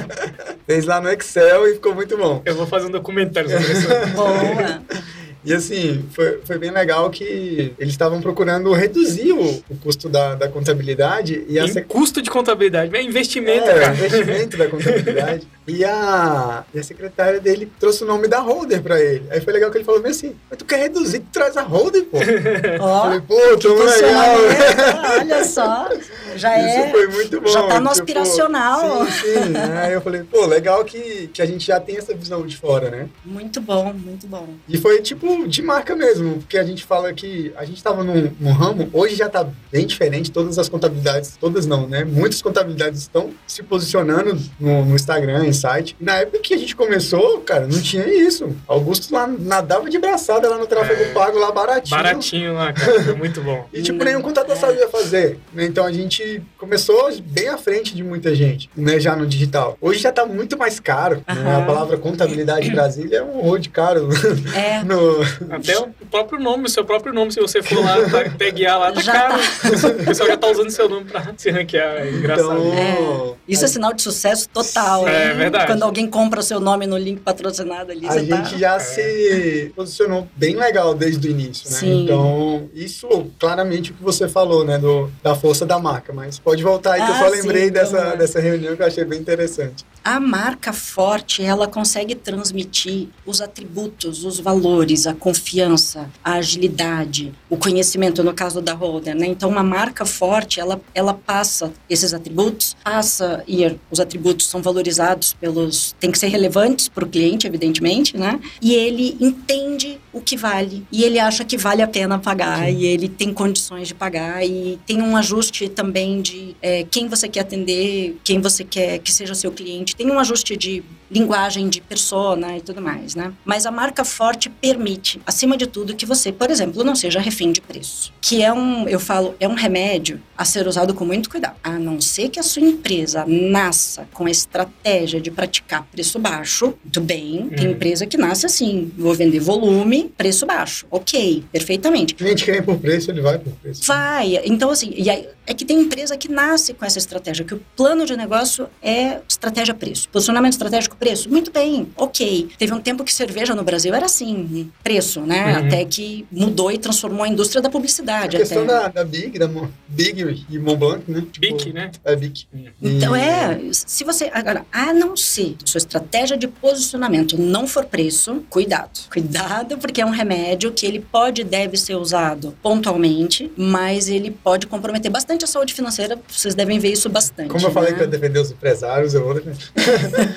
Fez lá no Excel e ficou muito bom. Eu vou fazer um documentário sobre isso. Boa! E assim, foi, foi bem legal que eles estavam procurando reduzir o, o custo da, da contabilidade. E a sec... Custo de contabilidade, é investimento, é, cara. investimento da contabilidade. E a, e a secretária dele trouxe o nome da holder pra ele. Aí foi legal que ele falou bem assim, mas tu quer reduzir, tu traz a holder, pô. Ó, falei, pô, tão legal. Olha só, já Isso é... foi muito bom. Já tá no tipo, aspiracional. Sim, sim. Aí eu falei, pô, legal que, que a gente já tem essa visão de fora, né? Muito bom, muito bom. E foi tipo de marca mesmo, porque a gente fala que a gente estava num, num ramo, hoje já está bem diferente, todas as contabilidades, todas não, né? Muitas contabilidades estão se posicionando no, no Instagram, em site. E na época que a gente começou, cara, não tinha isso. Augusto lá nadava de braçada lá no tráfego é, pago, lá baratinho. Baratinho lá, cara, foi muito bom. E tipo, nenhum contador é. sabia fazer, né? Então a gente começou bem à frente de muita gente, né? Já no digital. Hoje já está muito mais caro, né? A palavra contabilidade em Brasília é um horror de caro. É. no... Até o próprio nome, o seu próprio nome, se você for lá taguear lá, tá já caro. Tá. O pessoal já tá usando seu nome pra se ranquear, é engraçado. Então, é. Isso é sinal de sucesso total. É, né? verdade. Quando alguém compra o seu nome no link patrocinado ali, a você gente tá... já é. se posicionou bem legal desde o início, né? Sim. Então, isso claramente o que você falou, né? Do, da força da marca, mas pode voltar aí que ah, eu só lembrei sim, dessa, então, dessa reunião que eu achei bem interessante. A marca forte, ela consegue transmitir os atributos, os valores, a confiança, a agilidade, o conhecimento, no caso da holder, né? Então, uma marca forte, ela, ela passa esses atributos, passa, e os atributos são valorizados pelos... Tem que ser relevantes para o cliente, evidentemente, né? E ele entende o que vale, e ele acha que vale a pena pagar, sim, e ele tem condições de pagar, e tem um ajuste também de é, quem você quer atender, quem você quer que seja seu cliente, tem um ajuste de linguagem, de persona e tudo mais, né? Mas a marca forte permite, acima de tudo, que você, por exemplo, não seja refém de preço. Que é um, eu falo, é um remédio a ser usado com muito cuidado. A não ser que a sua empresa nasça com a estratégia de praticar preço baixo, muito bem, hum. tem empresa que nasce assim, vou vender volume, preço baixo. Ok, perfeitamente. O cliente quer ir por preço, ele vai por preço. Vai. Então, assim, e aí, é que tem empresa que nasce com essa estratégia, que o plano de negócio é estratégia preço. Posicionamento estratégico preço, muito bem, ok. Teve um tempo que cerveja no Brasil era assim, preço, né? Uhum. Até que mudou e transformou a indústria da publicidade. A questão até. Da, da Big, da Big e Montblanc, né? Tipo, Bic, né? É Bic. Então, e... é, se você, agora, a não ser sua estratégia de posicionamento não for preço, cuidado. Cuidado, porque é um remédio que ele pode e deve ser usado pontualmente, mas ele pode comprometer bastante a saúde financeira, vocês devem ver isso bastante. Como eu falei né? que eu ia defender os empresários, eu vou defender.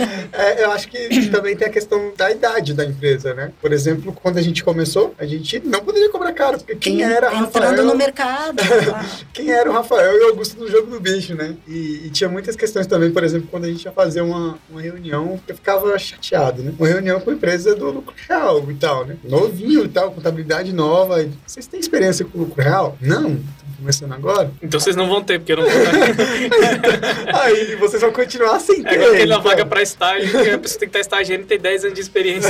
É, eu acho que também tem a questão da idade da empresa, né? Por exemplo, quando a gente começou, a gente não poderia cobrar caro, porque quem Tem, era entrando Rafael... Entrando no mercado. Quem era o Rafael e o Augusto do Jogo do Bicho, né? E, e tinha muitas questões também, por exemplo, quando a gente ia fazer uma, uma reunião, eu ficava chateado, né? Uma reunião com a empresa do lucro real e tal, né? Novinho e tal, contabilidade nova. E, vocês têm experiência com o lucro real? Não. Começando agora. Então vocês não vão ter, porque eu não vou ter. Aí vocês vão continuar sem ter. É igual aquela então. vaga para estágio, que a pessoa tem que estar estagiando e ter dez anos de experiência.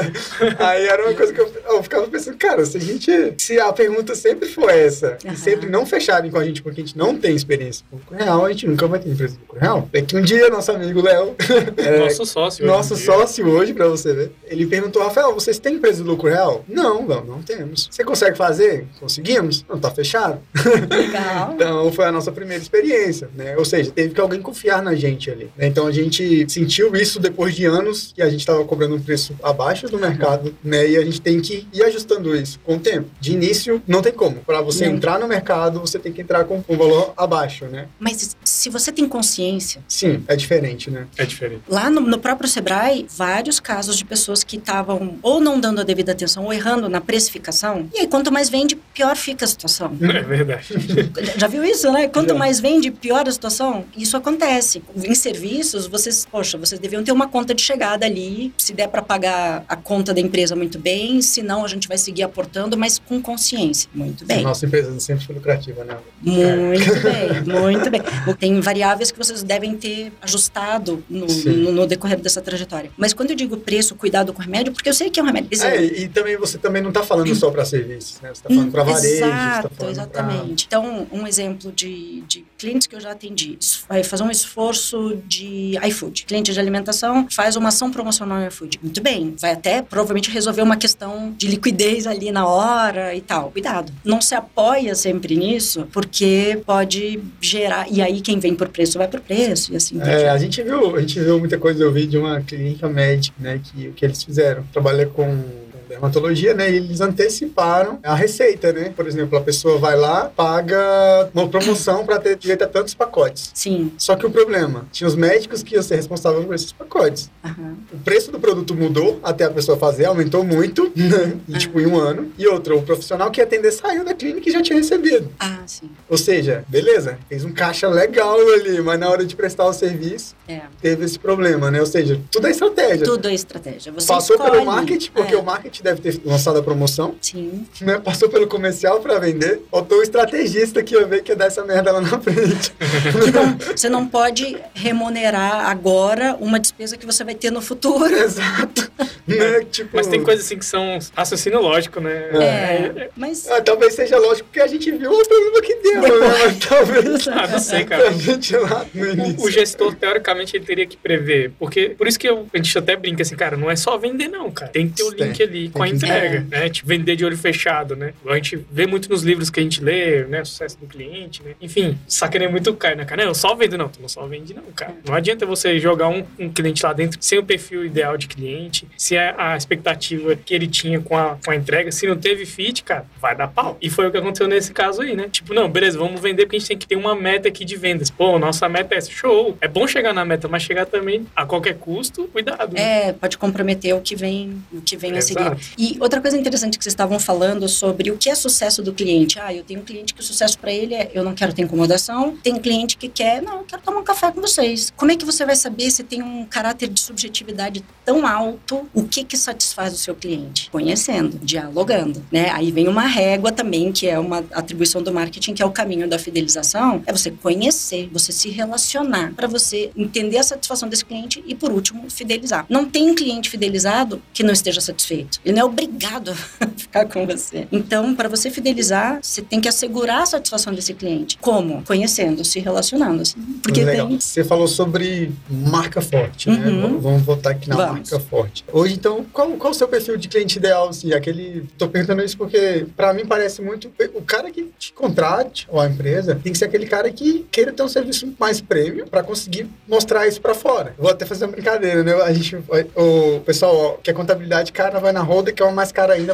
Aí era uma coisa que eu, eu ficava pensando, cara, se a gente, se a pergunta sempre for essa, uhum. e sempre não fecharem com a gente porque a gente não tem experiência com o lucro real, a gente nunca vai ter empresa de lucro real. É que um dia nosso amigo Léo, é, nosso sócio nosso hoje sócio hoje, pra você ver, ele perguntou, Rafael, vocês têm empresa de lucro real? Não, Léo, não temos. Você consegue fazer? Conseguimos? Não, tá fechado. Legal. Então, foi a nossa primeira experiência, né? Ou seja, teve que alguém confiar na gente ali, né? Então, a gente sentiu isso depois de anos que a gente estava cobrando um preço abaixo do mercado, né? E a gente tem que ir ajustando isso com o tempo. De início, não tem como. Para você não. entrar no mercado, você tem que entrar com um valor abaixo, né? Mas se você tem consciência... Sim, é diferente, né? É diferente. Lá no, no próprio Sebrae, vários casos de pessoas que estavam ou não dando a devida atenção ou errando na precificação. E aí, quanto mais vende, pior fica a situação. É verdade. Já viu isso, né? Quanto Já. mais vende, pior a situação. Isso acontece. Em serviços, vocês, poxa, vocês deviam ter uma conta de chegada ali. Se der para pagar a conta da empresa, muito bem. Se não, a gente vai seguir aportando, mas com consciência. Muito bem. Nossa empresa sempre foi lucrativa, né? Muito é. bem, muito bem. Tem variáveis que vocês devem ter ajustado no, no, no decorrer dessa trajetória. Mas quando eu digo preço, cuidado com o remédio, porque eu sei que é um remédio. É, e, e também você também não está falando só para serviços, né? Você está falando para varejo. Exato, tá falando exatamente. Pra... Então, um exemplo de, de clientes que eu já atendi. Vai fazer um esforço de iFood. Cliente de alimentação faz uma ação promocional no iFood. Muito bem. Vai até provavelmente resolver uma questão de liquidez ali na hora e tal. Cuidado. Não se apoia sempre nisso, porque pode gerar... E aí quem vem por preço vai por preço e assim. É, a gente viu, a gente viu muita coisa. Eu vi de uma clínica médica, né, que o que eles fizeram. Trabalha com dermatologia, né? E eles anteciparam a receita, né? Por exemplo, a pessoa vai lá, paga uma promoção para ter direito a tantos pacotes. Sim. Só que o problema, tinha os médicos que iam ser responsáveis por esses pacotes. Uhum. O preço do produto mudou até a pessoa fazer, aumentou muito, né? E, uhum. tipo, em um ano. E outro, o profissional que ia atender saiu da clínica e já tinha recebido. Ah, sim. Ou seja, beleza, fez um caixa legal ali, mas na hora de prestar o serviço, é. teve esse problema, né? Ou seja, tudo é estratégia. Tudo é estratégia. Você Passou escolhe. pelo marketing, porque é. o marketing deve ter lançado a promoção. Sim. Né? Passou pelo comercial para vender. Faltou o estrategista que ia ver que ia dar essa merda lá na frente. Não, você não pode remunerar agora uma despesa que você vai ter no futuro. Exato. Né? Tipo... Mas tem coisas assim que são raciocínio lógico, né? É, é. mas... Ah, talvez seja lógico porque a gente viu o problema que deu, né? Mas talvez... Ah, não sei, cara. A gente lá no início. O, o gestor, teoricamente, ele teria que prever. Porque, por isso que eu, a gente até brinca assim, cara, não é só vender não, cara. Tem que ter o link tem, ali tem com a entrega, é. né? Tipo, vender de olho fechado, né? A gente vê muito nos livros que a gente lê, né? Sucesso do cliente, né? Enfim, sacaneia muito cai, né, cara? Não, eu só vendo não. Tu não só vende não, cara. Não adianta você jogar um, um cliente lá dentro sem o perfil ideal de cliente, se a, a expectativa que ele tinha com a, com a entrega, se não teve fit, cara, vai dar pau. E foi o que aconteceu nesse caso aí, né? Tipo, não, beleza, vamos vender porque a gente tem que ter uma meta aqui de vendas. Pô, nossa meta é essa. Show. É bom chegar na meta, mas chegar também a qualquer custo, cuidado. Né? É, pode comprometer o que vem, o que vem a seguir. E outra coisa interessante que vocês estavam falando sobre o que é sucesso do cliente. Ah, eu tenho um cliente que o sucesso para ele é eu não quero ter incomodação. Tem cliente que quer, não, eu quero tomar um café com vocês. Como é que você vai saber se tem um caráter de subjetividade tão alto? O que que satisfaz o seu cliente? Conhecendo, dialogando, né? Aí vem uma régua também, que é uma atribuição do marketing, que é o caminho da fidelização. É você conhecer, você se relacionar, para você entender a satisfação desse cliente e, por último, fidelizar. Não tem um cliente fidelizado que não esteja satisfeito. Ele não é obrigado a ficar com você. Então, para você fidelizar, você tem que assegurar a satisfação desse cliente. Como? Conhecendo, se relacionando. Assim. Porque Legal. tem... Você falou sobre marca forte, né? Uhum. Vamos voltar aqui na Vamos. marca forte. Hoje, então, qual, qual o seu perfil de cliente ideal? Assim, aquele... Tô perguntando isso porque, para mim, parece muito... O cara que te contrate, ou a empresa, tem que ser aquele cara que queira ter um serviço mais premium para conseguir mostrar isso para fora. Eu vou até fazer uma brincadeira, né? A gente, o pessoal ó, que é contabilidade cara vai na Roda, que é uma mais cara ainda vai na Audaz.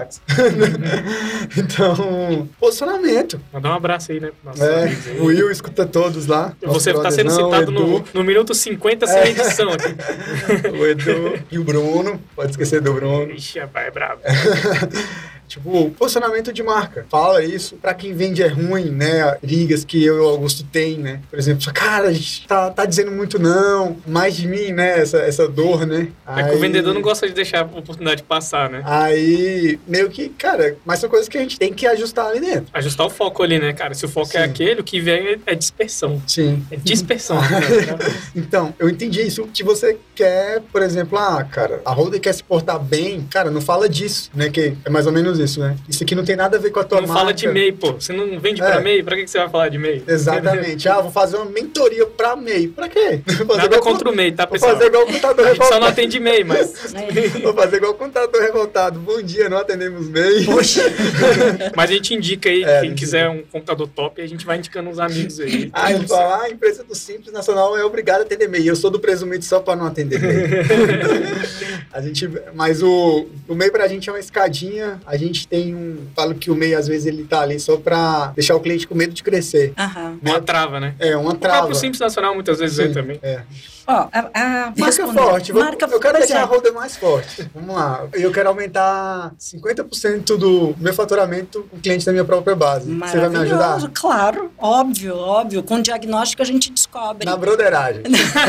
táxi. Então, posicionamento. Mandar um abraço aí, né? Nossa, é, aí. O Will escuta todos lá. Você está sendo não, citado no, no minuto cinquenta sem edição aqui. O Edu e o Bruno. Pode esquecer do Bruno. Ixi, rapaz, é brabo. Tipo, posicionamento de marca. Fala isso. Pra quem vende é ruim, né? Brigas que eu e o Augusto tem, né? Por exemplo, cara, a gente tá, tá dizendo muito não. Mais de mim, né? Essa, essa dor, né? É aí, que o vendedor não gosta de deixar a oportunidade passar, né? Aí, meio que, cara, mas são coisas que a gente tem que ajustar ali dentro. Ajustar o foco ali, né, cara? Se o foco Sim. é aquele, o que vem é dispersão. Sim. É dispersão. Então, eu entendi isso. Que você quer, por exemplo, ah, cara, a Holden quer se portar bem. Cara, não fala disso, né? Que é mais ou menos isso, né? Isso aqui não tem nada a ver com a tua não marca. Não fala de M E I, pô. Você não vende é. pra M E I? Pra que você vai falar de M E I? Exatamente. Ah, vou fazer uma mentoria pra M E I. Pra quê? Nada contra o M E I, tá, pessoal? Vou fazer igual o contador revoltado. Só não atende M E I, mas... Vou fazer igual o contador revoltado. Bom dia, não atendemos M E I. Poxa. Mas a gente indica aí, é, quem quiser um computador top, a gente vai indicando uns amigos aí. Ah, ele fala, ah, a empresa do Simples Nacional é obrigada a atender M E I. Eu sou do presumido só pra não atender M E I. A gente... Mas o, o M E I pra gente é uma escadinha. A gente tem um... Falo que o M E I, às vezes, ele tá ali só pra deixar o cliente com medo de crescer. Uhum. Uma trava, né? É, uma trava. O próprio Simples Nacional, muitas vezes, Sim, é também. É. Ó, a, a marca forte. Marca, eu quero deixar é. a Holden mais forte. Vamos lá. Eu quero aumentar cinquenta por cento do meu faturamento com cliente da minha própria base. Você vai me ajudar? Claro. Óbvio, óbvio. Com diagnóstico a gente descobre. Na broderagem.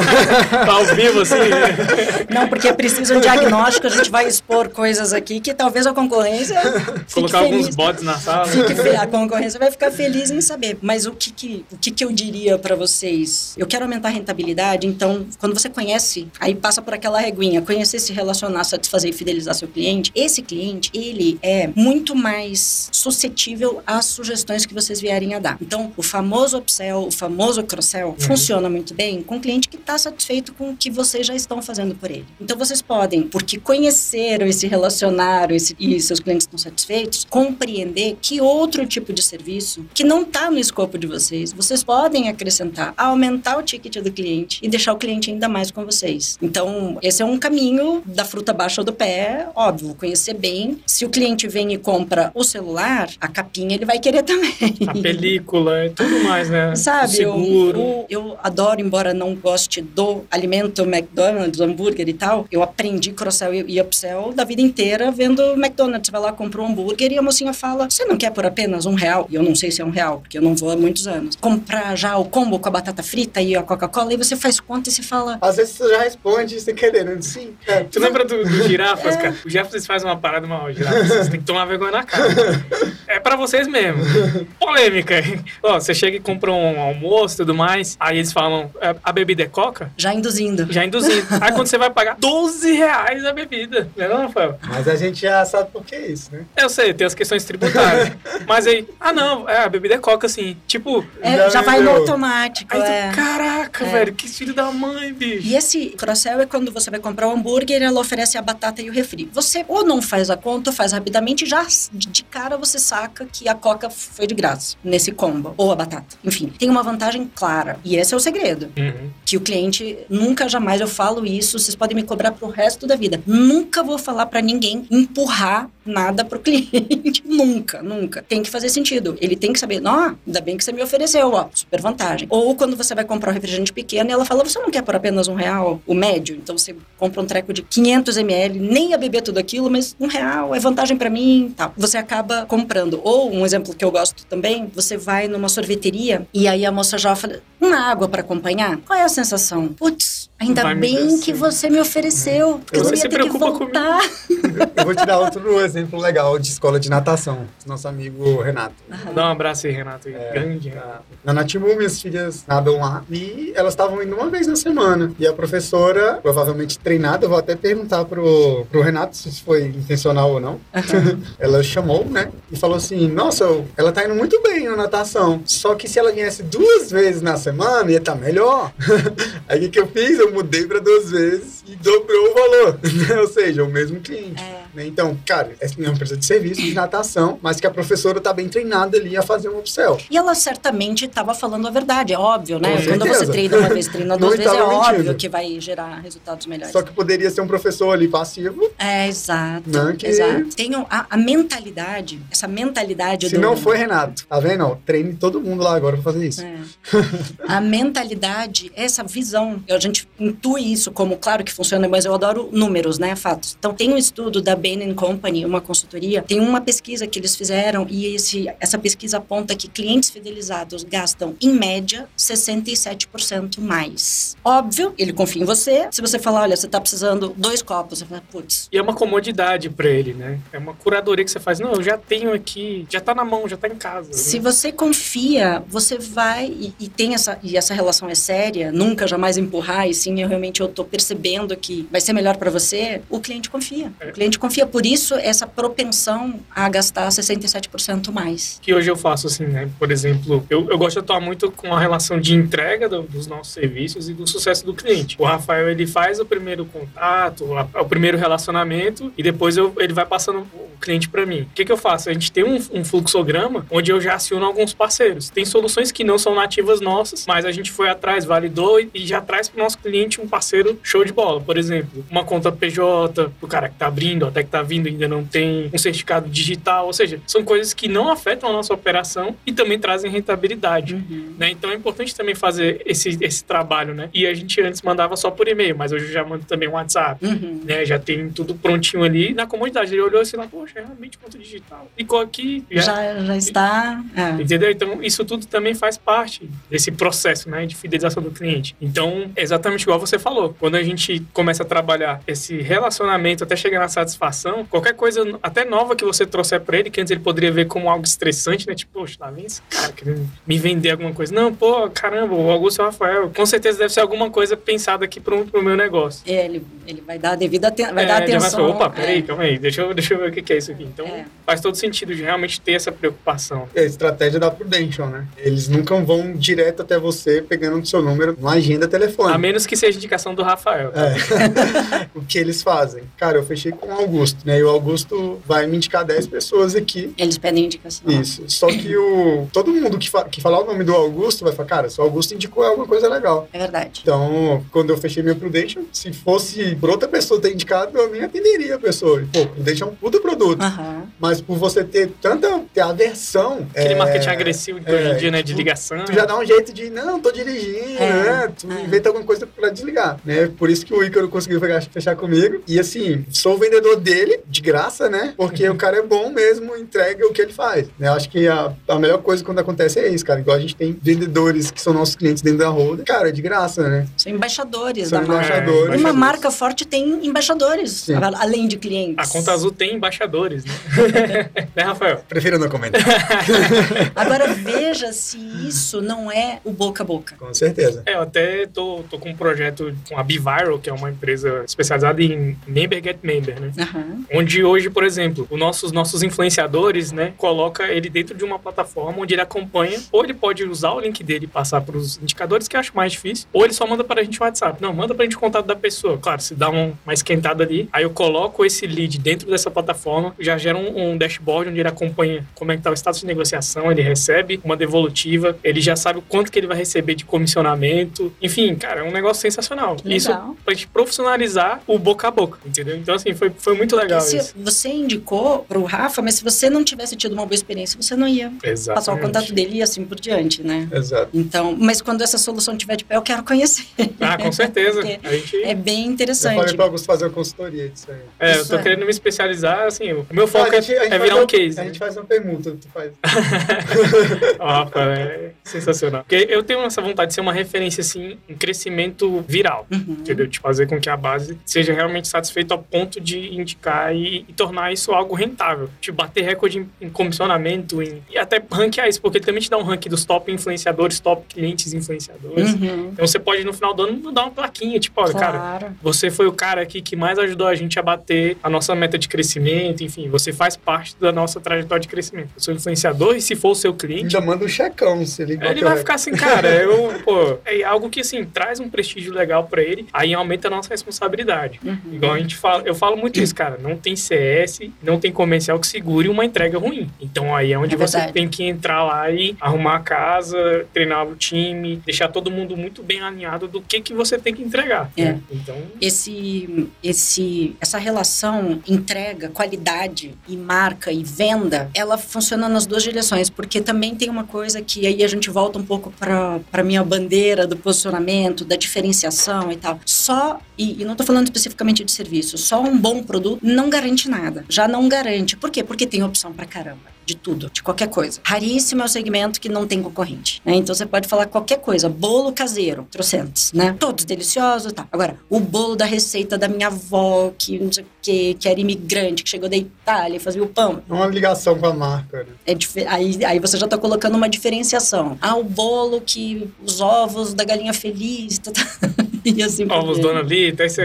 Tá ao vivo, assim? Não, porque é preciso um diagnóstico. A gente vai expor coisas aqui que talvez a concorrência colocar alguns bots na sala. Fique, a concorrência vai ficar feliz em saber. Mas o que, que, o que, que eu diria para vocês? Eu quero aumentar a rentabilidade, então quando você conhece, aí passa por aquela reguinha, conhecer, se relacionar, satisfazer e fidelizar seu cliente, esse cliente, ele é muito mais suscetível às sugestões que vocês vierem a dar. Então, o famoso upsell, o famoso cross-sell, uhum. funciona muito bem com o cliente que está satisfeito com o que vocês já estão fazendo por ele. Então, vocês podem, porque conheceram e se relacionaram esse, e seus clientes estão satisfeitos, compreender que outro tipo de serviço, que não está no escopo de vocês, vocês podem acrescentar, aumentar o ticket do cliente e deixar o cliente ainda mais com vocês. Então, esse é um caminho da fruta baixa do pé, óbvio, conhecer bem. Se o cliente vem e compra o celular, a capinha ele vai querer também. A película e tudo mais, né? Sabe, o seguro. Eu, eu, eu adoro, embora não goste do alimento McDonald's, hambúrguer e tal, eu aprendi cross-sell e upsell da vida inteira vendo McDonald's. Você vai lá, compra um hambúrguer e a mocinha fala, você não quer por apenas um real? E eu não sei se é um real, porque eu não vou há muitos anos. Comprar já o combo com a batata frita e a Coca-Cola, e você faz conta e se fala... Às vezes você já responde sem querer, né? Sim. É. Tu lembra do, do Girafas, é. cara? O Girafas faz uma parada mal. Girafas, vocês têm que tomar vergonha na cara. É pra vocês mesmo. Polêmica. Ó, você chega e compra um almoço e tudo mais, aí eles falam, a bebida é Coca? Já induzindo. Já induzindo. Aí quando você vai pagar doze reais a bebida. Não é não, Rafael? Mas a gente já sabe por que isso, né? Eu sei, tem as questões tributárias. Mas aí, ah não, é, a bebida é Coca, assim. Tipo... É, já, já vai no automático. Aí é. tu, caraca, é. velho, que filho da mãe, bicho. E esse cross-sell é quando você vai comprar um hambúrguer e ela oferece a batata e o refri. Você ou não faz a conta, ou faz rapidamente e já de cara você saca que a Coca foi de graça nesse combo. Ou a batata. Enfim, tem uma vantagem clara. E esse é o segredo. Uhum. Que o cliente, nunca jamais eu falo isso, vocês podem me cobrar pro resto da vida. Nunca vou falar pra ninguém empurrar nada pro cliente. Nunca, nunca. Tem que fazer sentido. Ele tem que saber, ó, ainda bem que você me ofereceu, ó, super vantagem. Ou quando você vai comprar um refrigerante pequeno e ela fala, você não quer por apenas um real o médio? Então você compra um treco de quinhentos mililitros, nem ia beber tudo aquilo, mas um real é vantagem pra mim, tal. Você acaba comprando. Ou, um exemplo que eu gosto também, você vai numa sorveteria e aí a moça já fala, uma água pra acompanhar? Qual é a sensação? Putz, ainda bem que você me ofereceu, porque eu não ia ter que voltar. Eu vou te dar outro exemplo legal de escola de natação. Nosso amigo Renato. Uhum. Dá um abraço aí, Renato. É, grande. Na, na Natimu, minhas filhas nadam lá e elas estavam indo uma vez na semana. E a professora, provavelmente treinada, eu vou até perguntar pro, pro Renato se isso foi intencional ou não. Uhum. Ela chamou, né? E falou assim, nossa, ela tá indo muito bem na natação. Só que se ela viesse duas vezes na semana, ia estar tá melhor. Aí o que eu fiz? Eu mudei para duas vezes e dobrou o valor. Ou seja, o mesmo cliente. É. né? Então, cara, essa é uma empresa de serviço, de natação, mas que a professora tá bem treinada ali a fazer um upsell. E ela certamente estava falando a verdade, é óbvio, né? Com Quando certeza. você treina uma vez, treina duas Não vezes, é estava óbvio mentindo. que vai gerar resultados melhores. Só que poderia ser um professor ali passivo. É, exato, Né, que... exato. Tem a, a mentalidade, essa mentalidade Se do... não foi Renato, tá vendo? Ó, treine todo mundo lá agora pra fazer isso. É. A mentalidade, essa visão, a gente intui isso como, claro que funciona, mas eu adoro números, né, fatos. Então, tem um estudo da Bain and Company, uma consultoria, tem uma pesquisa que eles fizeram e esse, essa pesquisa aponta que clientes fidelizados gastam, em média, sessenta e sete por cento mais. Óbvio, ele confia em você. Se você falar, olha, você tá precisando dois copos, você fala, putz. E é uma comodidade pra ele, né? É uma curadoria que você faz. Não, eu já tenho aqui, já tá na mão, já tá em casa. Se né? você confia, você vai e, e tem essa, e essa relação é séria, nunca jamais empurrar, e sim, eu realmente eu tô percebendo que vai ser melhor para você, o cliente confia. É. O cliente confia, por isso essa propensão a gastar sessenta e sete por cento mais. Que hoje eu faço assim, né? Por exemplo, eu, eu gosto de atuar muito com a relação de entrega do, dos nossos serviços e do sucesso do cliente. O Rafael, ele faz o primeiro contato, a, o primeiro relacionamento e depois eu, ele vai passando o cliente para mim. O que que eu faço? A gente tem um, um fluxograma onde eu já aciono alguns parceiros. Tem soluções que não são nativas nossas, mas a gente foi atrás, validou e, e já traz para o nosso cliente um parceiro show de bola. Por exemplo, uma conta P J, o cara que tá abrindo, até que tá vindo ainda não tem um certificado digital, ou seja, são coisas que não afetam a nossa operação e também trazem rentabilidade, uhum. né? Então é importante também fazer esse, esse trabalho, né? E a gente antes mandava só por e-mail, mas hoje eu já mando também um WhatsApp, uhum. né? Já tem tudo prontinho ali na comunidade. Ele olhou assim, lá, poxa, é realmente conta digital. Ficou aqui. Já, já, já está... É. Entendeu? Então isso tudo também faz parte desse processo, né? De fidelização do cliente. Então, é exatamente igual você falou. Quando a gente começa a trabalhar esse relacionamento até chegar na satisfação, qualquer coisa até nova que você trouxer pra ele, que antes ele poderia ver como algo estressante, né? Tipo, poxa, lá vem esse cara querendo me vender alguma coisa. Não, pô, caramba, o Augusto e o Rafael, com certeza deve ser alguma coisa pensada aqui pro, pro meu negócio. É, ele, ele vai dar a devida aten- vai é, dar atenção. Já vai falar, opa, peraí, é. calma aí, deixa eu, deixa eu ver o que é isso aqui. Então, é. faz todo sentido de realmente ter essa preocupação. É a estratégia da Prudential, né? Eles nunca vão direto até você pegando o seu número numa agenda telefônica. A menos que seja indicação do Rafael. Tá? É. O que eles fazem? Cara, eu fechei com o Augusto, né? E o Augusto vai me indicar dez pessoas aqui. Eles pedem indicação. Isso. Só que o, todo mundo que, fa, que falar o nome do Augusto vai falar, cara, se o Augusto indicou é alguma coisa legal. É verdade. Então, quando eu fechei minha Prudential, se fosse por outra pessoa ter indicado, eu nem atenderia a pessoa. E, pô, Prudential é um puta produto. Uhum. Mas por você ter tanta ter aversão... Aquele é, marketing agressivo de hoje em é, dia, né? tipo, De ligação. Tu já dá um jeito de, não, tô dirigindo, é, né? Tu é. inventa alguma coisa pra desligar, né? Por isso que o Ícaro conseguiu fechar comigo. E assim, sou o vendedor dele, de graça, né? Porque o cara é bom mesmo, entrega o que ele faz. Né? Eu acho que a, a melhor coisa quando acontece é isso, cara. Igual a gente tem vendedores que são nossos clientes dentro da Holder. Cara, é de graça, né? São embaixadores São da marca. embaixadores. Uma marca forte tem embaixadores, Sim. além de clientes. A Conta Azul tem embaixadores, né? Né, Rafael? Prefiro não comentar. Agora, veja se isso não é o boca a boca. Com certeza. É, eu até tô, tô com um projeto com a Biviral, que é uma empresa especializada em Member Get Member, né? Uhum. Onde hoje, por exemplo, os nossos, nossos influenciadores, né, coloca ele dentro de uma plataforma onde ele acompanha, ou ele pode usar o link dele e passar para os indicadores, que eu acho mais difícil, ou ele só manda para a gente o WhatsApp. Não, manda para a gente o contato da pessoa. Claro, se dá um, uma esquentada ali, aí eu coloco esse lead dentro dessa plataforma, já gera um, um dashboard onde ele acompanha como é que tá o status de negociação, ele recebe uma devolutiva, ele já sabe o quanto que ele vai receber de comissionamento. Enfim, cara, é um negócio sensacional. Legal. Isso pra gente profissionalizar o boca a boca, entendeu? Então, assim, foi, foi muito legal se isso. Você indicou pro Rafa, mas se você não tivesse tido uma boa experiência, você não ia Exatamente. passar o contato dele e assim por diante, né? Exato. Então, mas quando essa solução estiver de pé, eu quero conhecer. Ah, com certeza. A gente... É bem Eu interessante. falei pra Augusto fazer uma consultoria disso aí. É, Isso eu tô é. querendo me especializar, assim, o meu foco Ah, a gente, a é, gente é faz virar um uma- case. A né? gente faz uma permuta, tu faz. Ó, Rafa, é sensacional. Porque eu tenho essa vontade de ser uma referência, assim, em crescimento viral, Uhum. entendeu? De fazer com que a base seja realmente satisfeita ao ponto de indicar e, e tornar isso algo rentável. De bater recorde em, em comissionamento em, e até ranquear isso, porque ele também te dá um ranking dos top influenciadores, top clientes influenciadores. Uhum. Então você pode, no final do ano, dar uma plaquinha, tipo, olha, cara, Claro. você foi o cara aqui que mais ajudou a gente a bater a nossa meta de crescimento, enfim, você faz parte da nossa trajetória de crescimento. Eu sou influenciador e se for o seu cliente... Ainda manda um checão, se ele... Ele vai ficar assim, cara, eu, pô, é algo que, assim, traz um prestígio legal pra ele, aí aumenta a nossa responsabilidade. Uhum. Igual a gente fala, eu falo muito isso, cara, não tem C S, não tem comercial que segure uma entrega ruim. Então aí é onde é você tem que entrar lá e arrumar a casa, treinar o time, deixar todo mundo muito bem alinhado do que, que você tem que entregar. É. Né? Então... Esse, esse, essa relação entrega, qualidade e marca e venda, ela funciona nas duas direções, porque também tem uma coisa que aí a gente volta um pouco para a minha bandeira do posicionamento, da diferenciação e tal. Só, e, e não estou falando especificamente de serviço, só um bom produto não garante nada. Já não garante. Por quê? Porque tem opção pra caramba. De tudo, de qualquer coisa. Raríssimo é o segmento que não tem concorrente, né? Então você pode falar qualquer coisa, bolo caseiro, trocentos, né? Todos deliciosos e tal. Agora, o bolo da receita da minha avó, que não sei o que, que era imigrante, que chegou da Itália e fazia o pão. É uma ligação com a marca, né? É dif- aí, aí você já tá colocando uma diferenciação. Ah, o bolo que os ovos da galinha feliz, tá, tá. E assim ovos Dona Lita, esse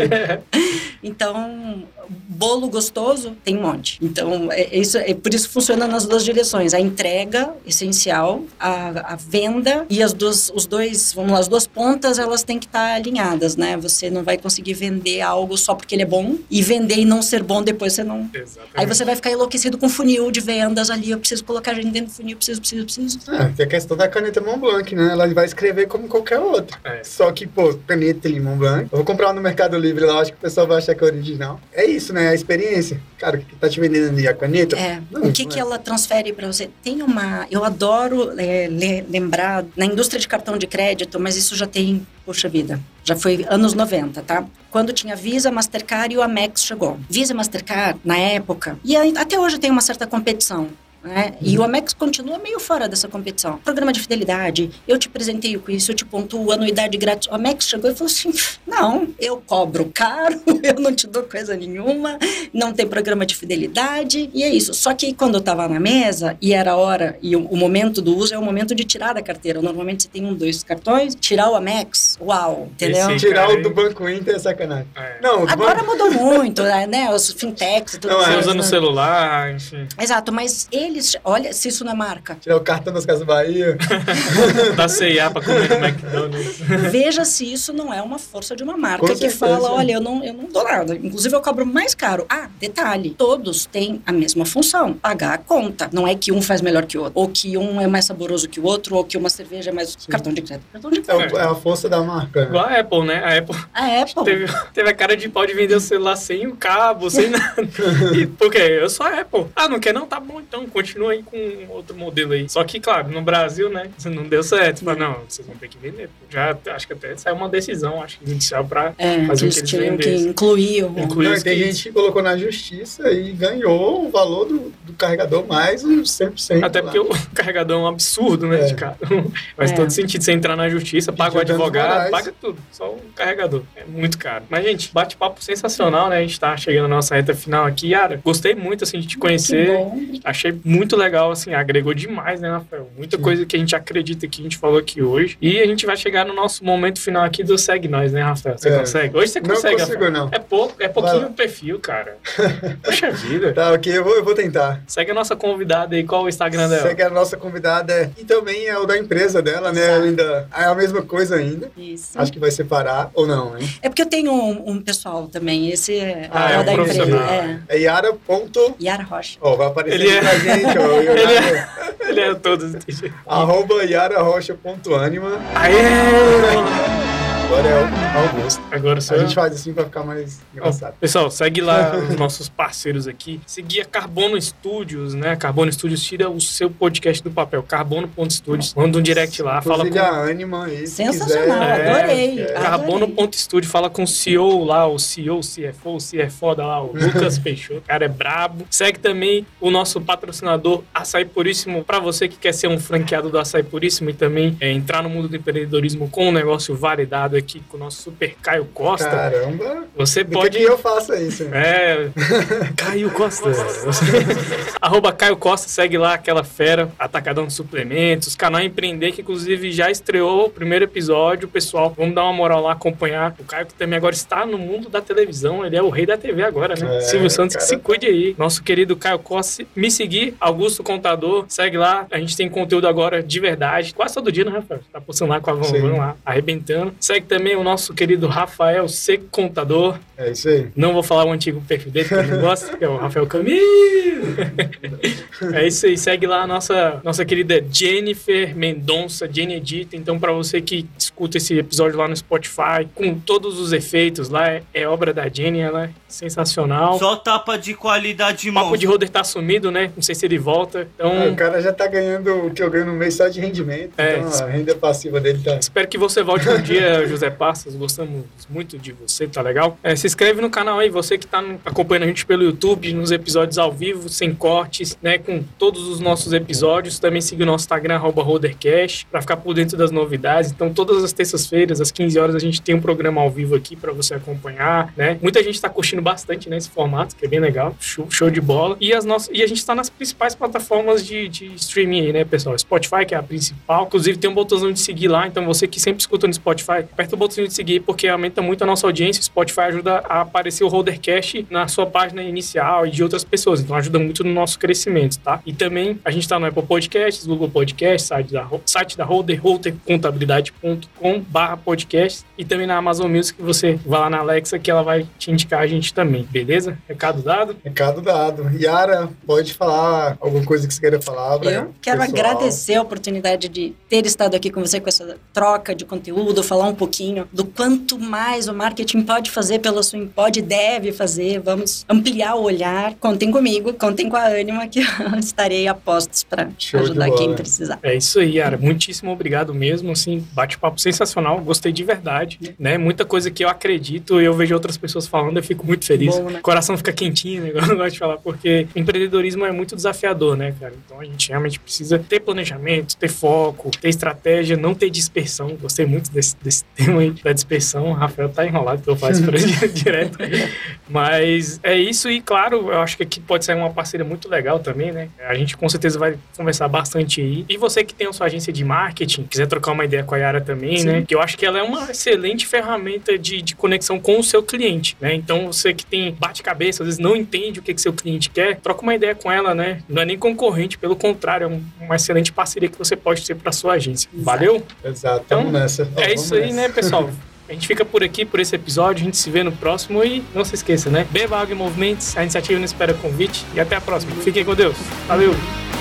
Então, bolo gostoso tem um monte. Então, é, isso, é por isso que funciona nas duas direções. A entrega, essencial, a, a venda e as duas, os dois, vamos lá, as duas pontas, elas têm que estar alinhadas, né? Você não vai conseguir vender algo só porque ele é bom e vender e não ser bom, depois você não... Exatamente. Aí você vai ficar enlouquecido com funil de vendas ali, eu preciso colocar gente dentro do funil, preciso, preciso, preciso. É, tem a questão da caneta Montblanc, né? Ela vai escrever como qualquer outra. É. Só que, pô, caneta Limão Blanc. Eu vou comprar no Mercado Livre lá, acho que o pessoal vai achar que é original. É isso, né? A experiência. Cara, o que tá te vendendo ali? A caneta? É. Não, o que não que é. Ela transfere pra você? Tem uma... Eu adoro é, le, lembrar na indústria de cartão de crédito, mas isso já tem... Poxa vida, já foi anos noventa, tá? Quando tinha Visa, Mastercard e o Amex chegou. Visa e Mastercard, na época, e até hoje tem uma certa competição. Né? Uhum. E o Amex continua meio fora dessa competição. Programa de fidelidade, eu te presenteio com isso, eu te pontuo, anuidade grátis. O Amex chegou e falou assim, não, eu cobro caro, eu não te dou coisa nenhuma, não tem programa de fidelidade, e é isso. Só que quando eu tava na mesa, e era a hora, e o, o momento do uso é o momento de tirar da carteira. Normalmente você tem um, dois cartões, tirar o Amex, uau, entendeu? Esse tirar o do Banco Inter é sacanagem. É. Não, agora banco... mudou muito, né? Os fintechs e tudo mais. Você usa no celular, enfim. Exato, mas ele olha, se isso não é marca. Tirar o cartão das Casas Bahia. Da C e A pra comer no McDonald's. Veja se isso não é uma força de uma marca que fala, olha, eu não, eu não dou nada. Inclusive, eu cobro mais caro. Ah, detalhe, todos têm a mesma função, pagar a conta. Não é que um faz melhor que o outro, ou que um é mais saboroso que o outro, ou que uma cerveja é mais... Sim. Cartão de crédito. Cartão de crédito. É, é a força da marca. Igual a Apple, né? A Apple, a Apple. Teve, teve a cara de pau de vender o celular sem o cabo, sem nada. E, por quê? Eu sou a Apple. Ah, não quer não? Tá bom, então continua aí com outro modelo aí. Só que, claro, no Brasil, né, não deu certo. Mas não, vocês vão ter que vender. Já acho que até saiu uma decisão, acho que inicial pra é, fazer o que eles tinham vendessem. Que incluir o... Incluir não, tem gente que colocou na justiça e ganhou o valor do, do carregador mais uns cem por cento. Até porque lá. O carregador é um absurdo, né, é. de caro. Faz é. todo sentido você entrar na justiça, paga o advogado, paga tudo. Só o carregador. É muito caro. Mas, gente, bate-papo sensacional, né? A gente tá chegando na nossa reta final aqui. Yara, gostei muito, assim, de te conhecer. Achei muito legal, assim, agregou demais, né, Rafael? Muita Sim. coisa que a gente acredita que a gente falou aqui hoje. E a gente vai chegar no nosso momento final aqui do Segue Nós, né, Rafael? Você é. consegue? Hoje você consegue, Não consigo, Rafael. não. É pouco, é pouquinho o perfil, cara. Poxa vida. Tá, ok, eu vou, eu vou tentar. Segue a nossa convidada aí, qual o Instagram dela? Segue a nossa convidada e também é o da empresa dela, né? Exato. Ainda é a mesma coisa ainda. Isso. Acho que vai separar ou não, hein? É porque eu tenho um, um pessoal também, esse é, ah, é o da empresa. É, é Yara. Ponto... Yara Rocha. Ó, oh, vai aparecer ele pra é... gente, ó. ele, é... ele é todos. Arroba yara rocha ponto anima. Aê! Agora é o Augusto. Agora só a gente faz assim pra ficar mais engraçado. Pessoal, segue lá os nossos parceiros aqui. Seguir a Carbono Studios, né? Carbono Studios tira o seu podcast do papel. Carbono.studios. Manda um direct lá. Fala com... a Anima aí. Sensacional, quiser. Adorei. É, Carbono.studio. Fala com o C E O lá, o C E O, C F O, o C F O da lá, o Lucas Peixoto. O cara é brabo. Segue também o nosso patrocinador Açaí Puríssimo. Pra você que quer ser um franqueado do Açaí Puríssimo e também é, entrar no mundo do empreendedorismo com um negócio validado. convidado aqui com o nosso super Caio Costa. Caramba! Você Do pode... que, que eu faça isso? Hein? É, Caio Costa. Arroba Caio Costa, segue lá aquela fera, Atacadão de Suplementos, canal Empreender, que inclusive já estreou o primeiro episódio. Pessoal, vamos dar uma moral lá, acompanhar. O Caio que também agora está no mundo da televisão, ele é o rei da T V agora, né? É, Silvio Santos, cara, que se cuide aí. Nosso querido Caio Costa, me seguir, Augusto Contador, segue lá. A gente tem conteúdo agora de verdade, quase todo dia, né, Rafael? Tá postando lá com a Van Van lá, arrebentando. Segue também o nosso querido Rafael C. Contador. É isso aí. Não vou falar o antigo perfil dele, porque eu não gosto, que é o Rafael Camilo. É isso aí, segue lá a nossa, nossa querida Jennifer Mendonça, Jenny Edita. Então, pra você que escuta esse episódio lá no Spotify, com todos os efeitos lá, é, é obra da Jenny, ela é sensacional. Só tapa de qualidade, O Papo de Roder tá sumido, né? Não sei se ele volta. Então... Ah, o cara já tá ganhando o que eu ganho no mês só de rendimento. É, então a renda passiva dele tá... Espero que você volte um dia, José Passos. Gostamos muito de você, tá legal? É, se inscreve no canal aí, você que tá no, acompanhando a gente pelo YouTube, nos episódios ao vivo, sem cortes, né? Com todos os nossos episódios. Também siga o nosso Instagram, arroba Rodercast, pra ficar por dentro das novidades. Então, todas as terças-feiras, às quinze horas, a gente tem um programa ao vivo aqui pra você acompanhar, né? Muita gente tá curtindo bastante, né, esse formato, que é bem legal. Show, show de bola. E, as nossas, e a gente tá nas principais plataformas de, de streaming aí, né, pessoal? Spotify, que é a principal. Inclusive, tem um botãozinho de seguir lá. Então, você que sempre escuta no Spotify, aperta o botãozinho de seguir, porque aumenta muito a nossa audiência. O Spotify ajuda a aparecer o Rodercast na sua página inicial e de outras pessoas. Então, ajuda muito no nosso crescimento, tá? E também, a gente tá no Apple Podcasts, Google Podcasts, site da, site da Roder, roder contabilidade ponto com barra podcast. E também na Amazon Music, você vai lá na Alexa, que ela vai te indicar a gente também, beleza? Recado dado? Recado dado. Yara, pode falar alguma coisa que você queira falar? Eu quero pessoal. agradecer a oportunidade de ter estado aqui com você, com essa troca de conteúdo, falar um pouquinho do quanto mais o marketing pode fazer pela sua, pode e deve fazer. Vamos ampliar o olhar. Contem comigo, contem com a Ânima, que eu estarei a postos para ajudar quem precisar. É isso aí, Yara. Muitíssimo obrigado mesmo, assim, bate-papo sensacional, gostei de verdade, né? Muita coisa que eu acredito, eu vejo outras pessoas falando, eu fico muito feliz. Bom, né? O coração fica quentinho, né? Eu gosto de falar, porque empreendedorismo é muito desafiador, né, cara? Então a gente realmente precisa ter planejamento, ter foco, ter estratégia, não ter dispersão. Gostei muito desse, desse tema aí, da dispersão. O Rafael tá enrolado, que eu faço pra ele direto. Mas é isso, e claro, eu acho que aqui pode ser uma parceria muito legal também, né? A gente com certeza vai conversar bastante aí. E você que tem a sua agência de marketing, quiser trocar uma ideia com a Yara também, Sim. né? Que eu acho que ela é uma excelente ferramenta de, de conexão com o seu cliente, né? Então, você que tem bate-cabeça, às vezes não entende o que, que seu cliente quer, troca uma ideia com ela, né? Não é nem concorrente, pelo contrário, é um, uma excelente parceria que você pode ter para sua agência. Exato. Valeu? Exato, então, vamos nessa. É isso aí, nessa. né, pessoal? A gente fica por aqui, por esse episódio, a gente se vê no próximo e não se esqueça, né? Beba água e movimentos, a iniciativa não espera convite e até a próxima. Fiquem com Deus. Valeu!